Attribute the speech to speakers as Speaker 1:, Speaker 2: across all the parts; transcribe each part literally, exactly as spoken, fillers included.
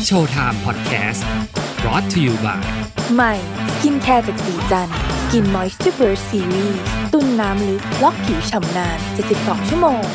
Speaker 1: โชว์ไทม์พอดแคสต์ brought to you by
Speaker 2: ใหม่สกินแคร์จากสีจันทร์สกินมอยส์เจอร์เบิร์สซีรีส์ตุ้นน้ำลึกล็อกผิวฉ่ำนานเจ็ดสิบสองชั่วโมง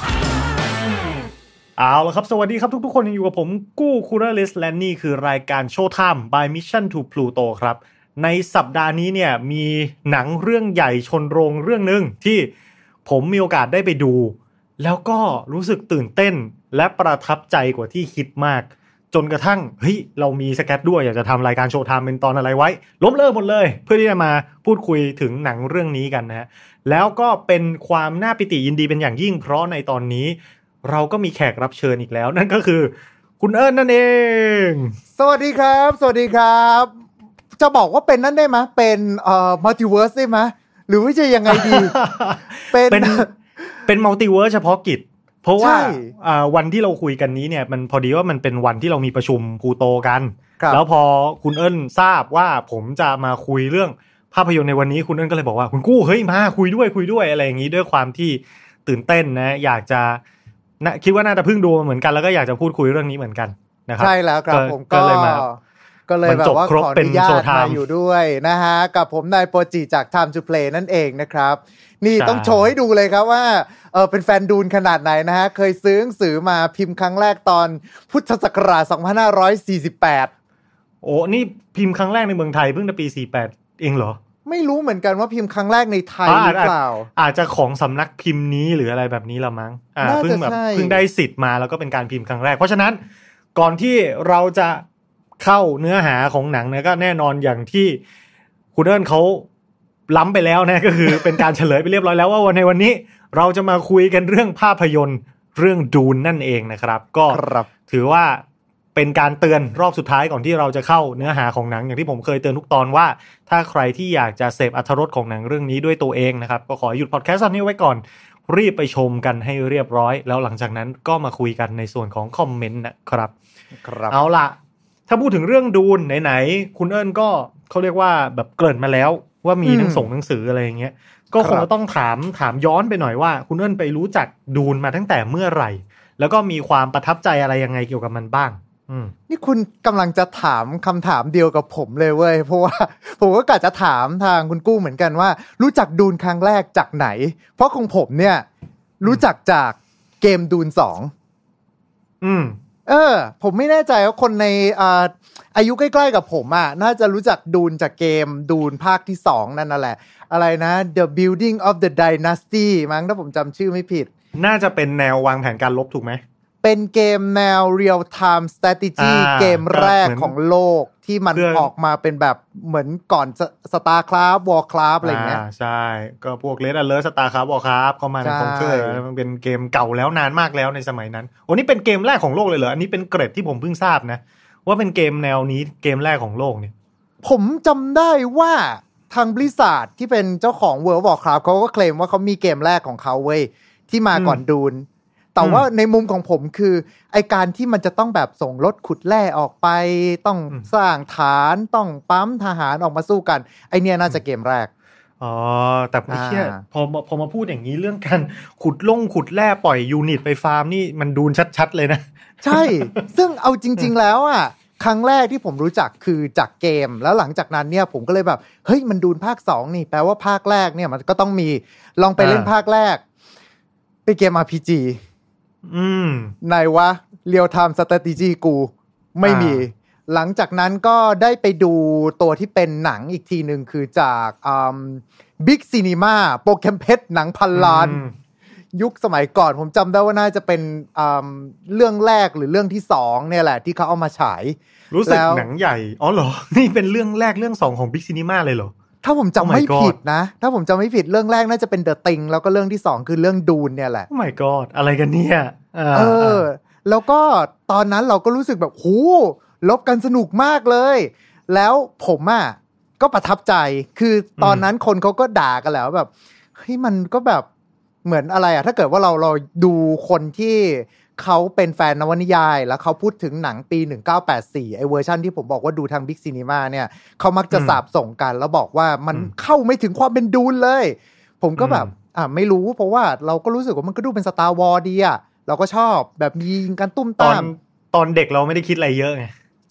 Speaker 3: เอาละครับสวัสดีครับทุกๆคนยังอยู่กับผมกู้คูราลิสและนี่คือรายการโชว์ไทม์ by Mission to Pluto ครับในสัปดาห์นี้เนี่ยมีหนังเรื่องใหญ่ชนโรงเรื่องนึงที่ผมมีโอกาสได้ไปดูแล้วก็รู้สึกตื่นเต้นและประทับใจกว่าที่คิดมากจนกระทั่งเฮ้ยเรามีสแกตด้วยอยากจะทำรายการโชว์ไทม์เป็นตอนอะไรไว้ล้มเลิกหมดเลยเพื่อที่จะมาพูดคุยถึงหนังเรื่องนี้กันนะฮะแล้วก็เป็นความน่าปิติยินดีเป็นอย่างยิ่งเพราะในตอนนี้เราก็มีแขกรับเชิญอีกแล้วนั่นก็คือคุณเอิญนั่นเอง
Speaker 4: สวัสดีครับสวัสดีครับจะบอกว่าเป็นนั่นได้ไหมเป็นเอ่อมัลติเวิร์สได้ไหมหรือว่าจะยังไงดี
Speaker 3: เป็นเป็นเป็นมัลติเวิร์สเฉพาะกิจเพราะว่าอ่าวันที่เราคุยกันนี้เนี่ยมันพอดีว่ามันเป็นวันที่เรามีประชุมพูโตกันแล้วพอคุณเอิญทราบว่าผมจะมาคุยเรื่องภาพยนตร์ในวันนี้คุณเอิญก็เลยบอกว่าคุณกู้เฮ้ยมาคุยด้วยคุยด้วยอะไรอย่างนี้ด้วยความที่ตื่นเต้นนะอยากจะนะคิดว่าน่าจะเพิ่งดูเหมือนกันแล้วก็อยากจะพูดคุยเรื่องนี้เหมือนกันนะครับ
Speaker 4: ใช่แล้วครับผมก็เลยมาก็เลยแบบว่าขออนุญาตมาอยู่ด้วยนะฮะกับผมนายโปรจิจาก Time to Play นั่นเองนะครับนี่ต้องโชว์ให้ดูเลยครับว่าเออเป็นแฟนดูนขนาดไหนนะฮะเคยซื้อหนังสือมาพิมพ์ครั้งแรกตอนพุทธศักราชสองพันห้าร้อยสี่สิบแปด
Speaker 3: โอ้นี่พิมพ์ครั้งแรกในเมืองไทยเพิ่งในปีสี่สิบแปดเองเหรอ
Speaker 4: ไม่รู้เหมือนกันว่าพิมพ์ครั้งแรกในไทยหรือเปล่า
Speaker 3: อาจจะของสำนักพิมพ์นี้หรืออะไรแบบนี้ละมั้งอ่าเพิ่งแบบเพิ่งได้สิทธิ์มาแล้วก็เป็นการพิมพ์ครั้งแรกเพราะฉะนั้นก่อนที่เราจะเข้าเนื้อหาของหนังเนี่ยก็แน่นอนอย่างที่คุณเอิญเขาล้ำไปแล้วนะก็คือเป็นการเฉลยไปเรียบร้อยแล้วว่าวันในวันนี้เราจะมาคุยกันเรื่องภาพยนตร์เรื่องดูนนั่นเองนะครับก็ถือว่าเป็นการเตือนรอบสุดท้ายก่อนที่เราจะเข้าเนื้อหาของหนังอย่างที่ผมเคยเตือนทุกตอนว่าถ้าใครที่อยากจะเสพอรรถรสของหนังเรื่องนี้ด้วยตัวเองนะครับก็ขอหยุดพอดแคสต์ตอนนี้ไว้ก่อนรีบไปชมกันให้เรียบร้อยแล้วหลังจากนั้นก็มาคุยกันในส่วนของคอมเมนต์นะครับ
Speaker 4: ครับ
Speaker 3: เอาล่ะถ้าพูดถึงเรื่องดูนไหนๆคุณเอิญก็เขาเรียกว่าแบบเกริ่นมาแล้วว่ามีหนังส่งหนังสืออะไรอย่างเงี้ยก็คงต้องถามถามย้อนไปหน่อยว่าคุณเอิญไปรู้จักดูนมาตั้งแต่เมื่อไหร่แล้วก็มีความประทับใจอะไรยังไงเกี่ยวกับมันบ้าง
Speaker 4: นี่คุณกำลังจะถามคำถามเดียวกับผมเลยเว้ยเพราะว่าผมก็กะจะถามทางคุณกู้เหมือนกันว่ารู้จักดูนครั้งแรกจากไหนเพราะของผมเนี่ยรู้จักจากเกมดูนสอง
Speaker 3: อืม
Speaker 4: เออผมไม่แน่ใจว่าคนในอ่าอายุใกล้ๆกับผมอ่ะน่าจะรู้จักดูนจากเกมดูนภาคที่สองนั่นน่ะแหละอะไรนะ The Building of the Dynasty มั้งถ้าผมจำชื่อไม่ผิด
Speaker 3: น่าจะเป็นแนววางแผนการลบถูกไหม
Speaker 4: เป็นเกมแนว Real Time Strategy เกมแรกของโลกที่มันออกมาเป็นแบบเหมือนก่อน StarCraft Warcraft อะไรเงี้ย
Speaker 3: ใช่ก็พวก Red Alert StarCraft Warcraft เข้ามาในคอมพิวเตอร์มันเป็นเกมเก่าแล้วนานมากแล้วในสมัยนั้นโอ้นี่เป็นเกมแรกของโลกเลยเหรออันนี้เป็นเกรดที่ผมเพิ่งทราบนะว่าเป็นเกมแนวนี้เกมแรกของโลกเนี่ย
Speaker 4: ผมจำได้ว่าทาง Blizzard ที่เป็นเจ้าของ World of Warcraft เขาก็เคลมว่าเขามีเกมแรกของเขาเว้ยที่มาก่อนดูนแต่ว่าในมุมของผมคือไอการที่มันจะต้องแบบส่งรถขุดแร่ออกไปต้องสร้างฐานต้องปั๊มทหารออกมาสู้กันไอเนี้ยน่าจะเกมแรก
Speaker 3: อ๋อแต่ไอ้เหี้ยพอพอมาพูดอย่างนี้เรื่องการขุดลงขุดแร่ปล่อยยูนิตไปฟาร์มนี่มันดูนชัดๆเลยนะ
Speaker 4: ใช่ซึ่งเอาจริงๆแล้วอ่ะครั้งแรกที่ผมรู้จักคือจากเกมแล้วหลังจากนั้นเนี่ยผมก็เลยแบบเฮ้ยมันดูนภาคสองนี่แปลว่าภาคแรกเนี่ยมันก็ต้องมีลองไปเล่นภาคแรกเป็นเกม อาร์ พี จี
Speaker 3: อืม
Speaker 4: ไหนวะ Real Time Strategy กูไม่มีหลังจากนั้นก็ได้ไปดูตัวที่เป็นหนังอีกทีนึงคือจากอืม Big Cinema โปรแกรมเพชรหนังพันล้านยุคสมัยก่อนผมจำได้ว่าน่าจะเป็นอืมเรื่องแรกหรือเรื่องที่สองเนี่ยแหละที่เขาเอามาฉาย
Speaker 3: รู้สึกหนังใหญ่อ๋อเหรอนี่เป็นเรื่องแรกเรื่องสองของ Big Cinema เลยเหรอ
Speaker 4: ถ้าผมจำไม่ผิดนะถ้าผมจำไม่ผิดเรื่องแรกน่าจะเป็น The Thing แล้วก็เรื่องที่สองคือเรื่องดูนเนี่ยแหละ
Speaker 3: Oh my god อะไรกันเนี่ย
Speaker 4: เออแล้วก็ตอนนั้นเราก็รู้สึกแบบโหลบกันสนุกมากเลยแล้วผมอ่ะก็ประทับใจคือตอนนั้นคนเขาก็ด่ากันแล้วแบบเฮ้ยมันก็แบบเหมือนอะไรอ่ะถ้าเกิดว่าเราเราดูคนที่เขาเป็นแฟนนวนิยายแล้วเขาพูดถึงหนังปีหนึ่งเก้าแปดสี่ไอ้เวอร์ชันที่ผมบอกว่าดูทาง Big Cinema เนี่ยเขามักจะสาบส่งกันแล้วบอกว่ามันเข้าไม่ถึงความเป็นดูนเลยผมก็แบบอ่ะไม่รู้เพราะว่าเราก็รู้สึกว่ามันก็ดูเป็น Star Wars ดีอ่ะเราก็ชอบแบบยิงกันตุ้มตาม
Speaker 3: ตอนเด็กเราไม่ได้คิดอะไรเยอะไง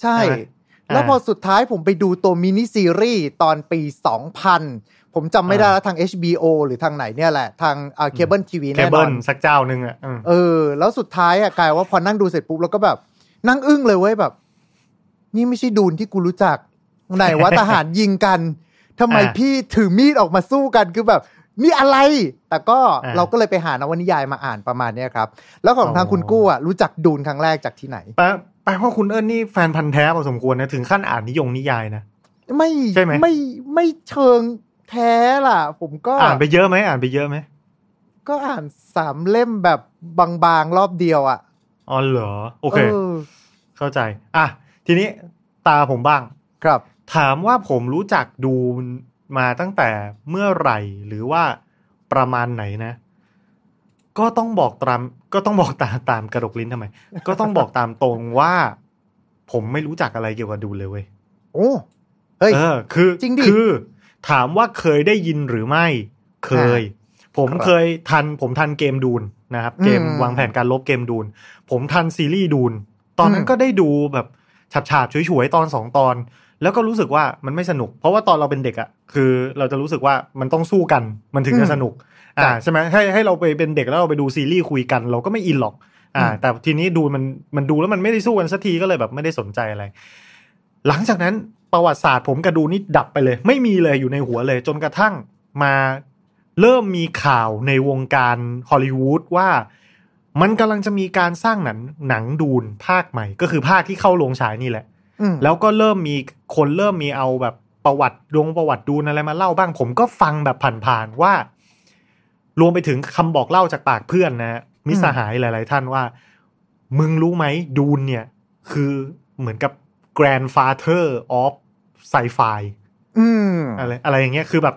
Speaker 4: ใช่แล้วพอสุดท้ายผมไปดูตัวมินิซีรีส์ตอนปีสองพันผมจำไม่ได้แล้วทาง เอช บี โอ หรือทางไหนเนี่ยแหละทางอ่าเคเบิลทีวีแน่นอนเคเบิล
Speaker 3: สักเจ้านึงอ่ะ
Speaker 4: เออแล้วสุดท้ายอ่ะกลายว่าพอนั่งดูเสร็จปุ๊บแล้วก็แบบนั่งอึ้งเลยเว้ยแบบนี่ไม่ใช่ดูนที่กูรู้จักไหนว่าทหารยิงกันทำไมพี่ถือมีดออกมาสู้กันคือแบบนี่อะไรแต่ก็เราก็เลยไปหานวนิยายมาอ่านประมาณนี้ครับแล้วของทางคุณกู้อ่ะรู้จักดูนครั้งแรกจากที่ไหน
Speaker 3: แปลแปลว่าคุณเอิญนี่แฟนพันธุ์แท้พอสมควรนะถึงขั้นอ่านนิยมนิยายนะ
Speaker 4: ไม่ใช่ไหมไม่ไม่เชิงแท้ล่ะผมก็
Speaker 3: อ่านไปเยอะไหมอ่านไปเยอะไหม
Speaker 4: ก็อ่านสามเล่มแบบบางๆรอบเดียวอ่ะ
Speaker 3: อ๋อเหรอโอเคเข้าใจอ่ะทีนี้ตาผมบ้าง
Speaker 4: ครับ
Speaker 3: ถามว่าผมรู้จักดูมาตั้งแต่เมื่อไหร่หรือว่าประมาณไหนนะก็ต้องบอกตามก็ต้องบอกตามตามกระดกลิ้นทำไมก็ต้องบอกตามตรงว่าผมไม่รู้จักอะไรเกี่ยวกับดูเลยเว้ย
Speaker 4: โอ้เฮ้ย
Speaker 3: เออคือคือถามว่าเคยได้ยินหรือไม่เคยผมเคยทันผมทันเกมดูนนะครับเกมวางแผนการลบเกมดูนผมทันซีรีส์ดูนตอนนั้นก็ได้ดูแบบฉาบๆฉวยๆตอนสองตอนแล้วก็รู้สึกว่ามันไม่สนุกเพราะว่าตอนเราเป็นเด็กอ่ะคือเราจะรู้สึกว่ามันต้องสู้กันมันถึงจะสนุกอ่าใช่ไหมให้ให้เราไปเป็นเด็กแล้วเราไปดูซีรีส์คุยกันเราก็ไม่อินหรอกอ่าแต่ทีนี้ดูมันมันดูแล้วมันไม่ได้สู้กันสักทีก็เลยแบบไม่ได้สนใจอะไรหลังจากนั้นประวัติศาสตร์ผมกับดูนี่ดับไปเลยไม่มีเลยอยู่ในหัวเลยจนกระทั่งมาเริ่มมีข่าวในวงการฮอลลีวูดว่ามันกำลังจะมีการสร้างหนังหนังดูนภาคใหม่ก็คือภาคที่เข้าโรงฉายนี่แหละแล้วก็เริ่มมีคนเริ่มมีเอาแบบประวัติดวงประวัติดูนอะไรมาเล่าบ้างผมก็ฟังแบบผ่านๆว่ารวมไปถึงคำบอกเล่าจากปากเพื่อนนะมิตรสหายหลายๆท่านว่ามึงรู้ไหมดูนเนี่ยคือเหมือนกับ grandfather of sci-fi
Speaker 4: อืม
Speaker 3: อะไรอะไรอย่างเงี้ยคือแบบ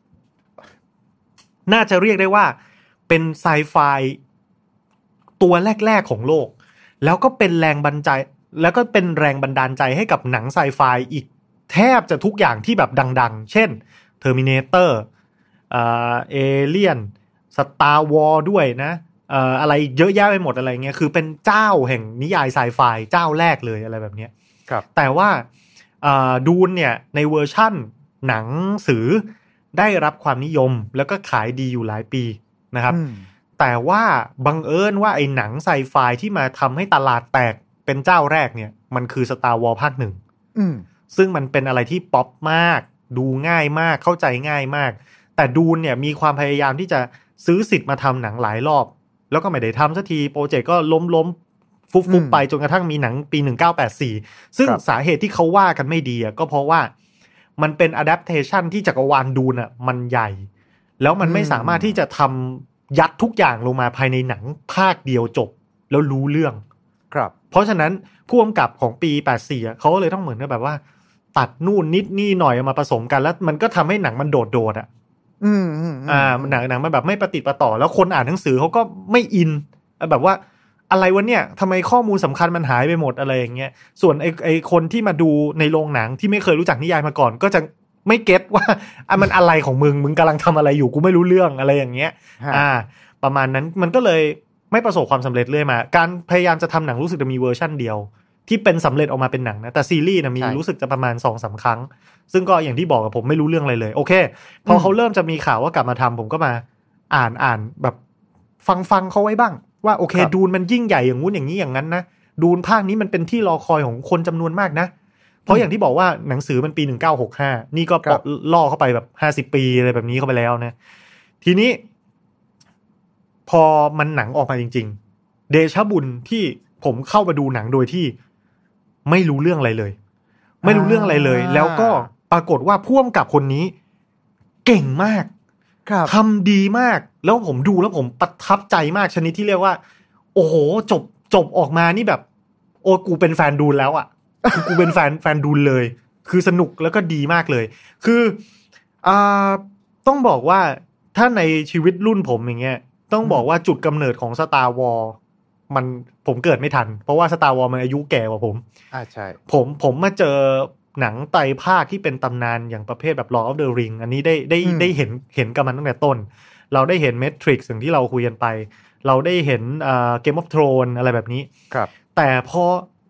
Speaker 3: น่าจะเรียกได้ว่าเป็นไซไฟตัวแรกๆของโลกแล้วก็เป็นแรงบันดาลแล้วก็เป็นแรงบันดาลใจให้กับหนังไซไฟอีกแทบจะทุกอย่างที่แบบดังๆเช่น Terminator เอ่อ Alien Star Wars ด้วยนะเอ่ออะไรเยอะแยะไปหมดอะไรเงี้ยคือเป็นเจ้าแห่งนิยายไซไฟเจ้าแรกเลยอะไรแบบเนี้ย
Speaker 4: ครับ
Speaker 3: แต่ว่าเอ่อดูนเนี่ยในเวอร์ชั่นหนังสือได้รับความนิยมแล้วก็ขายดีอยู่หลายปีนะครับแต่ว่าบังเอิญว่าไอ้หนังไซไฟที่มาทำให้ตลาดแตกเป็นเจ้าแรกเนี่ยมันคือ Star Wars ภาคหนึ่งซึ่งมันเป็นอะไรที่ป๊อปมากดูง่ายมากเข้าใจง่ายมากแต่ดูนเนี่ยมีความพยายามที่จะซื้อสิทธิ์มาทำหนังหลายรอบแล้วก็ไม่ได้ทำสักทีโปรเจกต์ก็ล้มล้มฟุบฟุบไปจนกระทั่งมีหนังปีหนึ่งเก้าแปดสี่ซึ่งสาเหตุที่เขาว่ากันไม่ดีอ่ะก็เพราะว่ามันเป็น adaptation ที่จักรวาลดูนอ่ะมันใหญ่แล้วมันไม่สามารถที่จะทำยัดทุกอย่างลงมาภายในหนังภาคเดียวจบแล้วรู้เรื่อง
Speaker 4: ครับ
Speaker 3: เพราะฉะนั้นผู้กำกับของปีแปดสี่อ่ะเขาเลยต้องเหมือนกับแบบว่าตัดนู่นนิดนี่หน่อยมาผสมกันแล้วมันก็ทำให้หนังมันโดดโดดอ่ะ
Speaker 4: อืม
Speaker 3: อ่าหนังหนังมันแบบไม่ประติดประต่อแล้วคนอ่านหนังสือเขาก็ไม่อินแบบว่าอะไรวะเนี่ยทำไมข้อมูลสำคัญมันหายไปหมดอะไรอย่างเงี้ยส่วนไอ้ไอ้คนที่มาดูในโรงหนังที่ไม่เคยรู้จักนิยายมาก่อนก็จะไม่เก็ตว่าอ่ะมันอะไรของมึงมึงกำลังทำอะไรอยู่กูไม่รู้เรื่องอะไรอย่างเงี้ยอ่าประมาณนั้นมันก็เลยไม่ประสบความสำเร็จเลยมาการพยายามจะทำหนังรู้สึกจะมีเวอร์ชั่นเดียวที่เป็นสำเร็จออกมาเป็นหนังนะแต่ซีรีส์นะมีรู้สึกจะประมาณ สองสาม ครั้งซึ่งก็อย่างที่บอกกับผมไม่รู้เรื่องอะไรเลยโอเคพอเขาเริ่มจะมีข่าวว่ากลับมาทำผมก็มาอ่านอ่านแบบฟังฟังเขาไว้บ้างว่าโอเคดูนมันยิ่งใหญ่อย่างงู้นอย่างนี้อย่างนั้นนะดูนภาคนี้มันเป็นที่รอคอยของคนจำนวนมากนะเพราะอย่างที่บอกว่าหนังสือมันปีหนึ่งเก้าหกห้านี่ก็ล่อเข้าไปแบบห้าสิบปีอะไรแบบนี้เข้าไปแล้วนะทีนี้พอมันหนังออกมาจริงๆเดชะบุญที่ผมเข้ามาดูหนังโดยที่ไม่รู้เรื่องอะไรเลยไม่รู้เรื่องอะไรเลยแล้วก็ปรากฏว่าผู้กำกับคนนี้เก่งมากทำดีมากแล้วผมดูแล้วผมประทับใจมากชนิดที่เรียกว่าโอ้โหจบจบออกมานี่แบบโอ้กูเป็นแฟนดูนแล้วอ่ะคือกูเป็นแฟนแฟนดูนเลยคือสนุกแล้วก็ดีมากเลยคืออ่าต้องบอกว่าถ้าในชีวิตรุ่นผมอย่างเงี้ยต้องบอกว่าจุดกำเนิดของ Star Wars มันผมเกิดไม่ทันเพราะว่า Star Wars มันอายุแก่กว่าผม
Speaker 4: อ่าใช่
Speaker 3: ผมผมมาเจอหนังไตรภาคที่เป็นตำนานอย่างประเภทแบบ Lord of the Ring อันนี้ได้ได้ได้เห็นเห็นกับมันตั้งแต่ต้นเราได้เห็น Matrix อย่างที่เราคุยกันไปเราได้เห็นเอ่อ Game of Thrones อะไรแบบนี้
Speaker 4: ครับ
Speaker 3: แต่พอ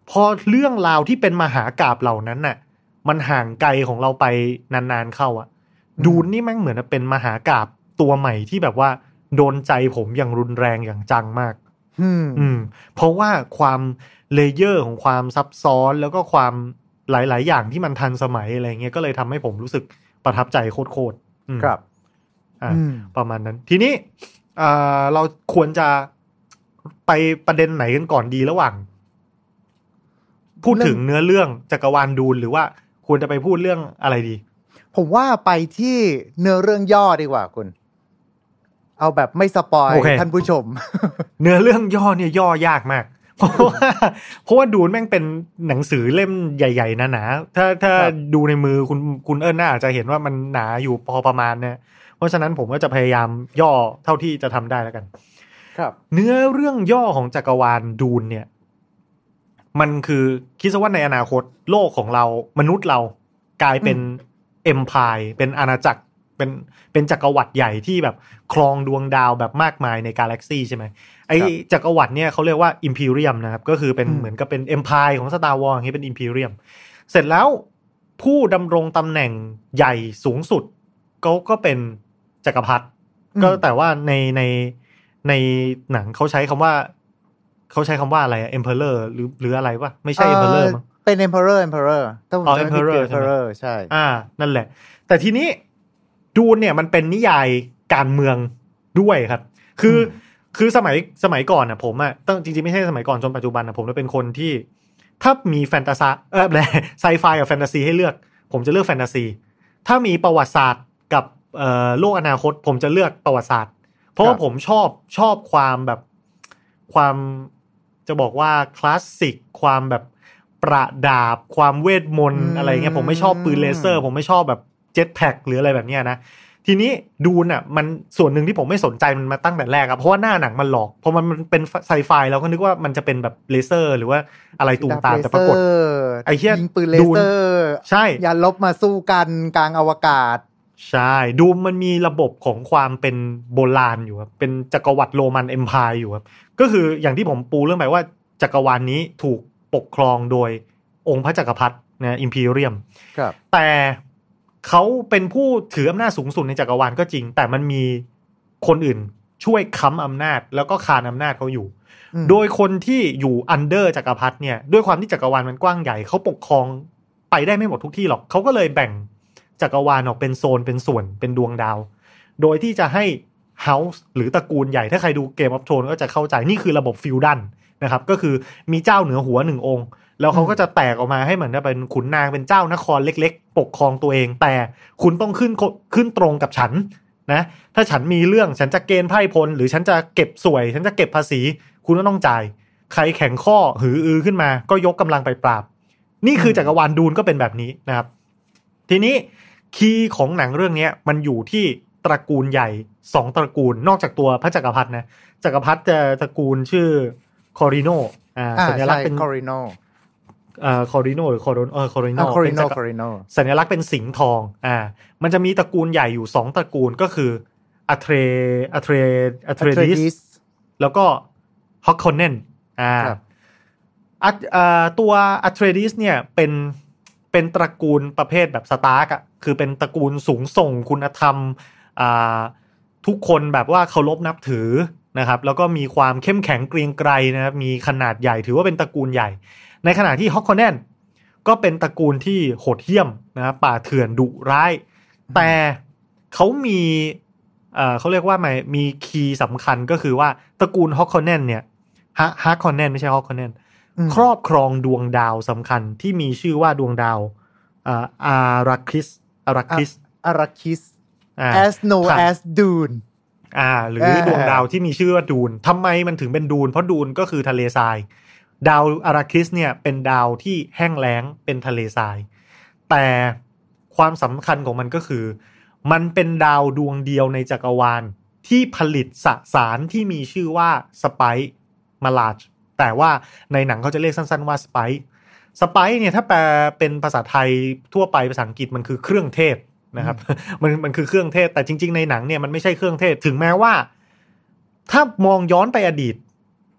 Speaker 3: พอเรื่องราวที่เป็นมหากาพย์เหล่านั้นน่ะมันห่างไกลของเราไปนานๆเข้าอ่ะดูนนี่แม่งเหมือนเป็นมหากาพย์ตัวใหม่ที่แบบว่าโดนใจผมอย่างรุนแรงอย่างจังมาก
Speaker 4: อืม
Speaker 3: อืมเพราะว่าความเลเยอร์ของความซับซ้อนแล้วก็ความหลายๆอย่างที่มันทันสมัยอะไรเงี้ยก็เลยทำให้ผมรู้สึกประทับใจโคตรๆ
Speaker 4: ครับ
Speaker 3: อ่าประมาณนั้นทีนี้อ่าเราควรจะไปประเด็นไหนกันก่อนดีระหว่างพูดถึงเนื้อเรื่องจักรวาลดูนหรือว่าควรจะไปพูดเรื่องอะไรดี
Speaker 4: ผมว่าไปที่เนื้อเรื่องย่อดีกว่าคุณเอาแบบไม่สปอย
Speaker 3: okay.
Speaker 4: ท่านผู้ชม
Speaker 3: เนื้อเรื่องย่อเนี่ยย่อยากมากเพราะว่าเพราะว่าดูนแม่งเป็นหนังสือเล่มใหญ่ๆหนาๆถ้าถ้าดูในมือคุณคุณเอิญน่าอาจจะเห็นว่ามันหนาอยู่พอประมาณเนี่ยเพราะฉะนั้นผมก็จะพยายามย่อเท่าที่จะทำได้แล้วกัน
Speaker 4: ครับ
Speaker 3: เนื้อเรื่องย่อของจักรวาลดูนเนี่ยมันคือคิดซะว่าในอนาคตโลกของเรามนุษย์เรากลายเป็นเอ็มไพร์เป็นอาณาจักรเป็นเป็นจักรวรรดิใหญ่ที่แบบครองดวงดาวแบบมากมายในกาแล็กซี่ใช่ไหมไอ้จักรวรรดิเนี่ยเขาเรียกว่าอิมพีเรียมนะครับก็คือเป็นเหมือนกับเป็นเอ็มไพร์ของ Star Wars อย่างนี้เป็นอิมพีเรียมเสร็จแล้วผู้ดำรงตำแหน่งใหญ่สูงสุดก็ก็เป็นจักรพรรดิก็แต่ว่าในในในหนังเขาใช้คำว่าเขาใช้คำว่าอะไร Emperor หรือหรืออะไรวะไม่ใช่ Emperor มั้ง
Speaker 4: เป็น Emperor Emperor
Speaker 3: ต้องอ๋อ Emperor
Speaker 4: Emperor ใช่
Speaker 3: อ่านั่นแหละแต่ทีนี้ดูนเนี่ยมันเป็นนิยายการเมืองด้วยครับคือคือสมัยสมัยก่อนน่ะผมอ่ะต้องจริงๆไม่ใช่สมัยก่อนจนปัจจุบันน่ะผมเป็นคนที่ถ้ามีแฟนตาซีเออแหละไซไฟกับแฟนตาซีให้เลือกผมจะเลือกแฟนตาซีถ้ามีประวัติศาสตร์กับเอ่อโลกอนาคตผมจะเลือกประวัติศาสตร์เพราะว่าผมชอบชอบความแบบความจะบอกว่าคลาสสิกความแบบประดาบความเวทมนต์อะไรเงี้ยผมไม่ชอบปืนเลเซอร์ผมไม่ชอบแบบเจ็ตแพ็คหรืออะไรแบบเนี้ยนะทีนี้ดูนอ่ะมันส่วนหนึ่งที่ผมไม่สนใจมันมาตั้งแต่แรกครับเพราะว่าหน้าหนังมันหลอกเพราะมันมันเป็นไซไฟแล้วก็นึกว่ามันจะเป็นแบบเลเซอร์หรือว่าอะไรตูมตามแต่ปรากฏไอ้เหี้ย
Speaker 4: ยิงปืนเลเซอร์
Speaker 3: ใช่
Speaker 4: อย่าลบมาสู้กันกลางอวกาศ
Speaker 3: ใช่ดูมันมีระบบของความเป็นโบราณอยู่ครับเป็นจักรวรรดิโรมันเอ็มไพร์อยู่ครับก็คืออย่างที่ผมปูเรื่องไปว่าจักรวาลนี้ถูกปกครองโดยองค์พระจักรพรรดินะอิมพีเรียม
Speaker 4: ครับ
Speaker 3: แต่เขาเป็นผู้ถืออำนาจสูงสุดในจักรวาลก็จริงแต่มันมีคนอื่นช่วยค้ำอำนาจแล้วก็คานอำนาจเขาอยู่โดยคนที่อยู่อันเดอร์จักรพรรดิเนี่ยด้วยความที่จักรวาลมันกว้างใหญ่เขาปกครองไปได้ไม่หมดทุกที่หรอกเขาก็เลยแบ่งจักรวาลออกเป็นโซนเป็นส่วนเป็นดวงดาวโดยที่จะให้เฮาส์หรือตระกูลใหญ่ถ้าใครดูเกมออฟโทรนก็จะเข้าใจนี่คือระบบฟิวดัลนะครับก็คือมีเจ้าเหนือหัวหนึ่งองค์แล้วเขาก็จะแตกออกมาให้เหมือนจะเป็นขุนนางเป็นเจ้านครเล็กๆปกครองตัวเองแต่คุณต้องขึ้นขึ้นตรงกับฉันนะถ้าฉันมีเรื่องฉันจะเกณฑ์ไพร่พลหรือฉันจะเก็บสวยฉันจะเก็บภาษีคุณก็ต้องจ่ายใครแข็งข้อหืออือขึ้นมาก็ยกกำลังไปปราบนี่คือจักรวาลดูนก็เป็นแบบนี้นะครับทีนี้คีย์ของหนังเรื่องนี้มันอยู่ที่ตระกูลใหญ่สองตระกูลนอกจากตัวพระจักรพรรดินะจักรพรรดิจะตระกูลชื่อคอริโนอ่าสัญลักษณ์เป็น
Speaker 4: คอริโน
Speaker 3: อ่าคอริโนหรือคอรอนเออคอริโน
Speaker 4: คอริโนคอริโน
Speaker 3: สัญลักษณ์เป็นสิงห์ทองอ่ามันจะมีตระกูลใหญ่อยู่สองตระกูลก็คืออะเทรอะเทรอะเทรดิสแล้วก็ฮอกคอนเนนอ่าอ่าตัวอะเทรดิสเนี่ยเป็นเป็นตระกูลประเภทแบบสตาร์กอ่ะคือเป็นตระกูลสูงส่งคุณธรรมอ่าทุกคนแบบว่าเคารพนับถือนะครับแล้วก็มีความเข้มแข็งเกรียงไกรนะครับมีขนาดใหญ่ถือว่าเป็นตระกูลใหญ่ในขณะที่ฮอกคอนเนนก็เป็นตระกูลที่โหดเหี้ยมนะครับป่าเถื่อนดุร้ายแต่เขามีเอ่อเขาเรียกว่าไงมีคีย์สำคัญก็คือว่าตระกูลฮอกคอนเนนเนี่ยฮะฮาร์คอนเนนไม่ใช่ฮอกคอนเนนครอบครองดวงดาวสำคัญที่มีชื่อว่าดวงดาวอ่าอาราคิสอาราคิส
Speaker 4: อาราคิส as no as Dune
Speaker 3: อ่าหรือดวงดาวที่มีชื่อว่าดูนทำไมมันถึงเป็นดูนเพราะดูนก็คือทะเลทรายดาวอาราคิสเนี่ยเป็นดาวที่แห้งแล้งเป็นทะเลทรายแต่ความสำคัญของมันก็คือมันเป็นดาวดวงเดียวในจักรวาลที่ผลิตสสารที่มีชื่อว่าสไปซ์มาลาจแต่ว่าในหนังเขาจะเรียกสั้นๆว่าสไปซ์สไปซ์เนี่ยถ้าแปลเป็นภาษาไทยทั่วไปภาษาอังกฤษมันคือเครื่องเทศนะครับ มันมันคือเครื่องเทศแต่จริงๆในหนังเนี่ยมันไม่ใช่เครื่องเทศถึงแม้ว่าถ้ามองย้อนไปอดีต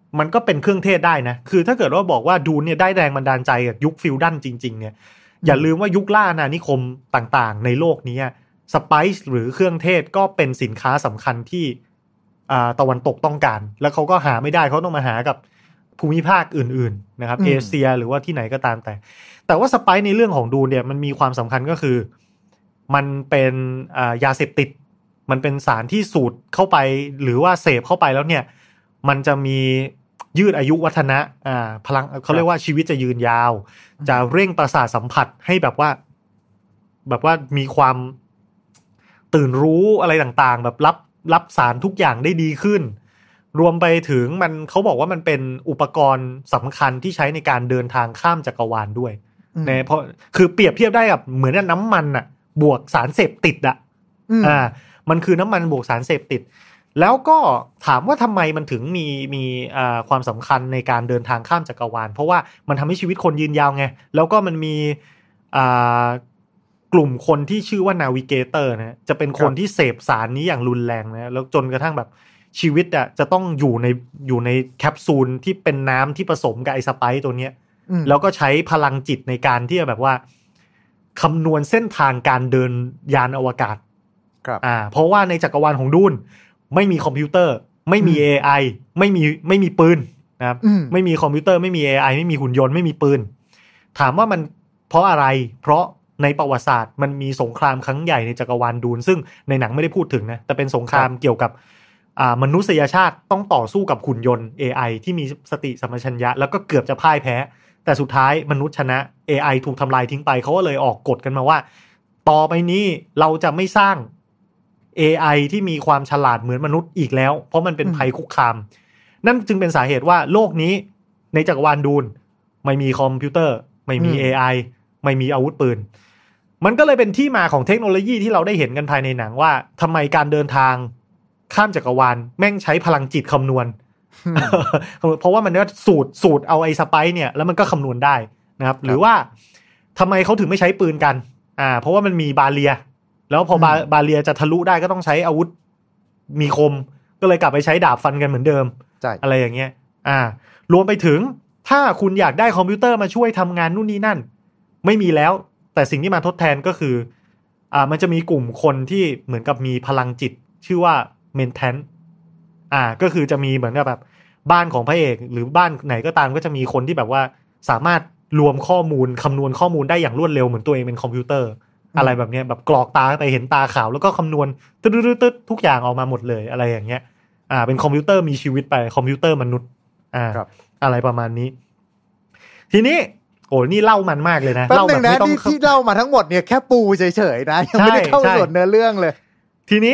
Speaker 3: มันก็เป็นเครื่องเทศได้นะคือถ้าเกิดว่าบอกว่าดูเนี่ยได้แรงบันดาลใจจากยุคฟิวดันจริงๆเนี่ยอย่าลืมว่ายุคล่าอาณานิคมต่างๆในโลกนี้สไปซ์หรือเครื่องเทศก็เป็นสินค้าสำคัญที่ตะวันตกต้องการแล้วเขาก็หาไม่ได้เขาต้องมาหากับภูมิภาคอื่นๆนะครับเอเชียหรือว่าที่ไหนก็ตามแต่แต่ว่าสไปซ์ในเรื่องของดูเนี่ยมันมีความสำคัญก็คือมันเป็นยาเสพติดมันเป็นสารที่สูดเข้าไปหรือว่าเสพเข้าไปแล้วเนี่ยมันจะมียืดอายุวัฒนะอ่าพลังเขาเรียกว่าชีวิตจะยืนยาวจะเร่งประสาทสัมผัสให้แบบว่าแบบว่ามีความตื่นรู้อะไรต่างๆแบบรับรับสารทุกอย่างได้ดีขึ้นรวมไปถึงมันเขาบอกว่ามันเป็นอุปกรณ์สำคัญที่ใช้ในการเดินทางข้ามจักรวาลด้วยเนี่ยเพราะคือเปรียบเทียบได้กับเหมือนน้ำมันอ่ะบวกสารเสพติดอ่ะอ่ามันคือน้ำมันบวกสารเสพติดแล้วก็ถามว่าทำไมมันถึงมีมีอ่าความสำคัญในการเดินทางข้ามจักรวาลเพราะว่ามันทำให้ชีวิตคนยืนยาวไงแล้วก็มันมีอ่ากลุ่มคนที่ชื่อว่านาวิเกเตอร์นะจะเป็นคนที่เสพสารนี้อย่างรุนแรงนะแล้วจนกระทั่งแบบชีวิตอ่ะจะต้องอยู่ในอยู่ในแคปซูลที่เป็นน้ำที่ผสมกับไอสไปซ์ตัวเนี้ยแล้วก็ใช้พลังจิตในการที่จะแบบว่าคำนวณเส้นทางการเดินยานอวกาศครับอ่าเพราะว่าในจักรวาลของดูนไม่มีคอมพิวเตอร์ไม่มี เอ ไอ ไม่มีไม่มีปืนนะครับไม่มีคอมพิวเตอร์ไม่มี เอ ไอ ไม่มีหุ่นยนต์ไม่มีปืนถามว่ามันเพราะอะไรเพราะในประวัติศาสตร์มันมีสงครามครั้งใหญ่ในจักรวาลดูนซึ่งในหนังไม่ได้พูดถึงนะแต่เป็นสงครามเกี่ยวกับอ่ามนุษยชาติต้องต่อสู้กับหุ่นยนต์ เอ ไอ ที่มีสติสัมปชัญญะแล้วก็เกือบจะพ่ายแพ้แต่สุดท้ายมนุษย์ชนะ เอ ไอ ถูกทำลายทิ้งไปเขาก็เลยออกกฎกันมาว่าต่อไปนี้เราจะไม่สร้าง เอ ไอ ที่มีความฉลาดเหมือนมนุษย์อีกแล้วเพราะมันเป็นภัยคุกคามนั่นจึงเป็นสาเหตุว่าโลกนี้ในจักรวาลดูนไม่มีคอมพิวเตอร์ไม่มี เอ ไอ ไม่มีอาวุธปืนมันก็เลยเป็นที่มาของเทคโนโลยีที่เราได้เห็นกันภายในหนังว่าทำไมการเดินทางข้ามจักรวาลแม่งใช้พลังจิตคำนวณ เพราะว่ามันว่าสูตรสูตรเอาไอ้สไปซ์เนี่ยแล้วมันก็คำนวณได้นะครับหรือว่าทำไมเขาถึงไม่ใช้ปืนกันอ่าเพราะว่ามันมีบาเรียแล้วพอบา, บาเรียจะทะลุได้ก็ต้องใช้อาวุธมีคมก็เลยกลับไปใช้ดาบฟันกันเหมือนเดิมอะไรอย่างเงี้ยอ่ารวมไปถึงถ้าคุณอยากได้คอมพิวเตอร์มาช่วยทำงานนู่นนี่นั่นไม่มีแล้วแต่สิ่งที่มาทดแทนก็คืออ่ามันจะมีกลุ่มคนที่เหมือนกับมีพลังจิตชื่อว่าเมนแทนอ่าก็คือจะมีเหมือนกับแบบบ้านของพระเอกหรือบ้านไหนก็ตามก็จะมีคนที่แบบว่าสามารถรวมข้อมูลคำนวณข้อมูลได้อย่างรวดเร็วเหมือนตัวเองเป็นคอมพิวเตอร์อะไรแบบนี้แบบกรอกตาไปเห็นตาขาวแล้วก็คำนวณตึ๊ดๆๆทุกอย่างออกมาหมดเลยอะไรอย่างเงี้ยอ่าเป็นคอมพิวเตอร์มีชีวิตไปคอมพิวเตอร์มนุษย์อ่าอะไรประมาณนี้ทีนี้โอ้นี่เล่ามันมากเลยนะเล่าแบบไม่ต้อง
Speaker 4: ที่เล่ามาทั้งหมดเนี่ยแค่ปูเฉยๆนะยังไม่ได้เข้าส่วนเนื้อเรื่องเลย
Speaker 3: ทีนี้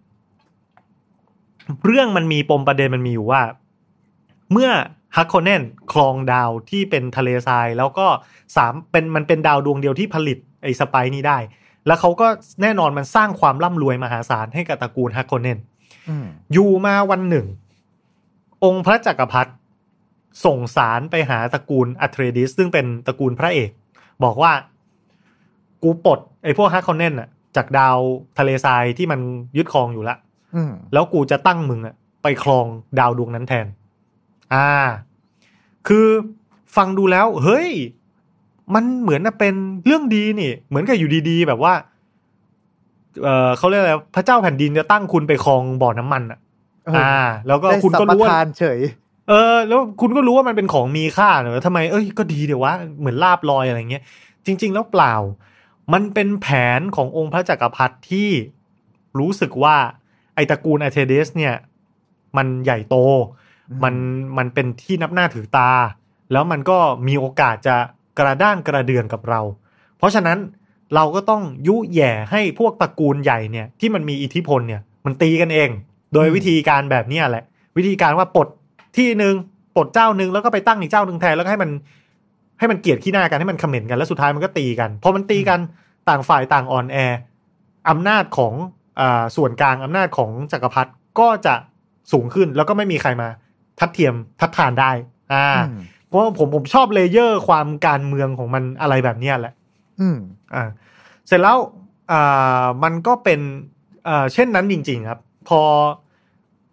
Speaker 3: เรื่องมันมีปมประเด็นมันมีอยู่ว่าเมื่อฮักโคเนนคลองดาวที่เป็นทะเลทรายแล้วก็สามเป็นมันเป็นดาวดวงเดียวที่ผลิตไอ้สไปซ์นี้ได้แล้วเขาก็แน่นอนมันสร้างความร่ำรวยมหาศาลให้กับตระกูลฮักโคเนนอยู่มาวันหนึ่งองค์พระจักรพรรดิส่งสารไปหาตระกูลอัทเรดิสซึ่งเป็นตระกูลพระเอกบอกว่ากูปลดไอ้พวกฮักโคเนนน่ะจากดาวทะเลทรายที่มันยึดครองอยู่ละแล้วกูจะตั้งมึงอะไปครองดาวดวงนั้นแทนอ่าคือฟังดูแล้วเฮ้ยมันเหมือนจะเป็นเรื่องดีนี่เหมือนกับอยู่ดีๆแบบว่าเออเขาเรียกอะไรพระเจ้าแผ่นดินจะตั้งคุณไปครองบ่อน้ำมันอ่ะอ่าแล้วก็คุณก็รู้ว่า
Speaker 4: เฉย
Speaker 3: เออแล้วคุณก็รู้ว่ามันเป็นของมีค่าเนอะทำไมเอ้ยก็ดีเดี๋ยววะเหมือนลาบลอยอะไรเงี้ยจริงๆแล้วเปล่ามันเป็นแผนขององค์พระจักรพรรดิที่รู้สึกว่าไอตระกูลอาร์เทเดสเนี่ยมันใหญ่โตมันมันเป็นที่นับหน้าถือตาแล้วมันก็มีโอกาสจะกระด้างกระเดืองกับเราเพราะฉะนั้นเราก็ต้องยุแย่ให้พวกตระกูลใหญ่เนี่ยที่มันมีอิทธิพลเนี่ยมันตีกันเองโดยวิธีการแบบนี้แหละวิธีการว่าปลดที่นึงปลดเจ้านึงแล้วก็ไปตั้งอีกเจ้านึงแทนแล้วก็ให้มันให้มันเกลียดขี้หน้ากันให้มันเขม่นกันแล้วสุดท้ายมันก็ตีกันพอมันตีกันต่างฝ่ายต่างอ่อนแออำนาจของอ่าส่วนกลางอำนาจของจักรพรรดิก็จะสูงขึ้นแล้วก็ไม่มีใครมาทัดเทียมทัดทานได้อ่าเพราะผมผมชอบเลเยอร์ความการเมืองของมันอะไรแบบนี้แหละ
Speaker 4: อืม
Speaker 3: อ่าเสร็จแล้วอ่ามันก็เป็นอ่าเช่นนั้นจริงๆครับพอ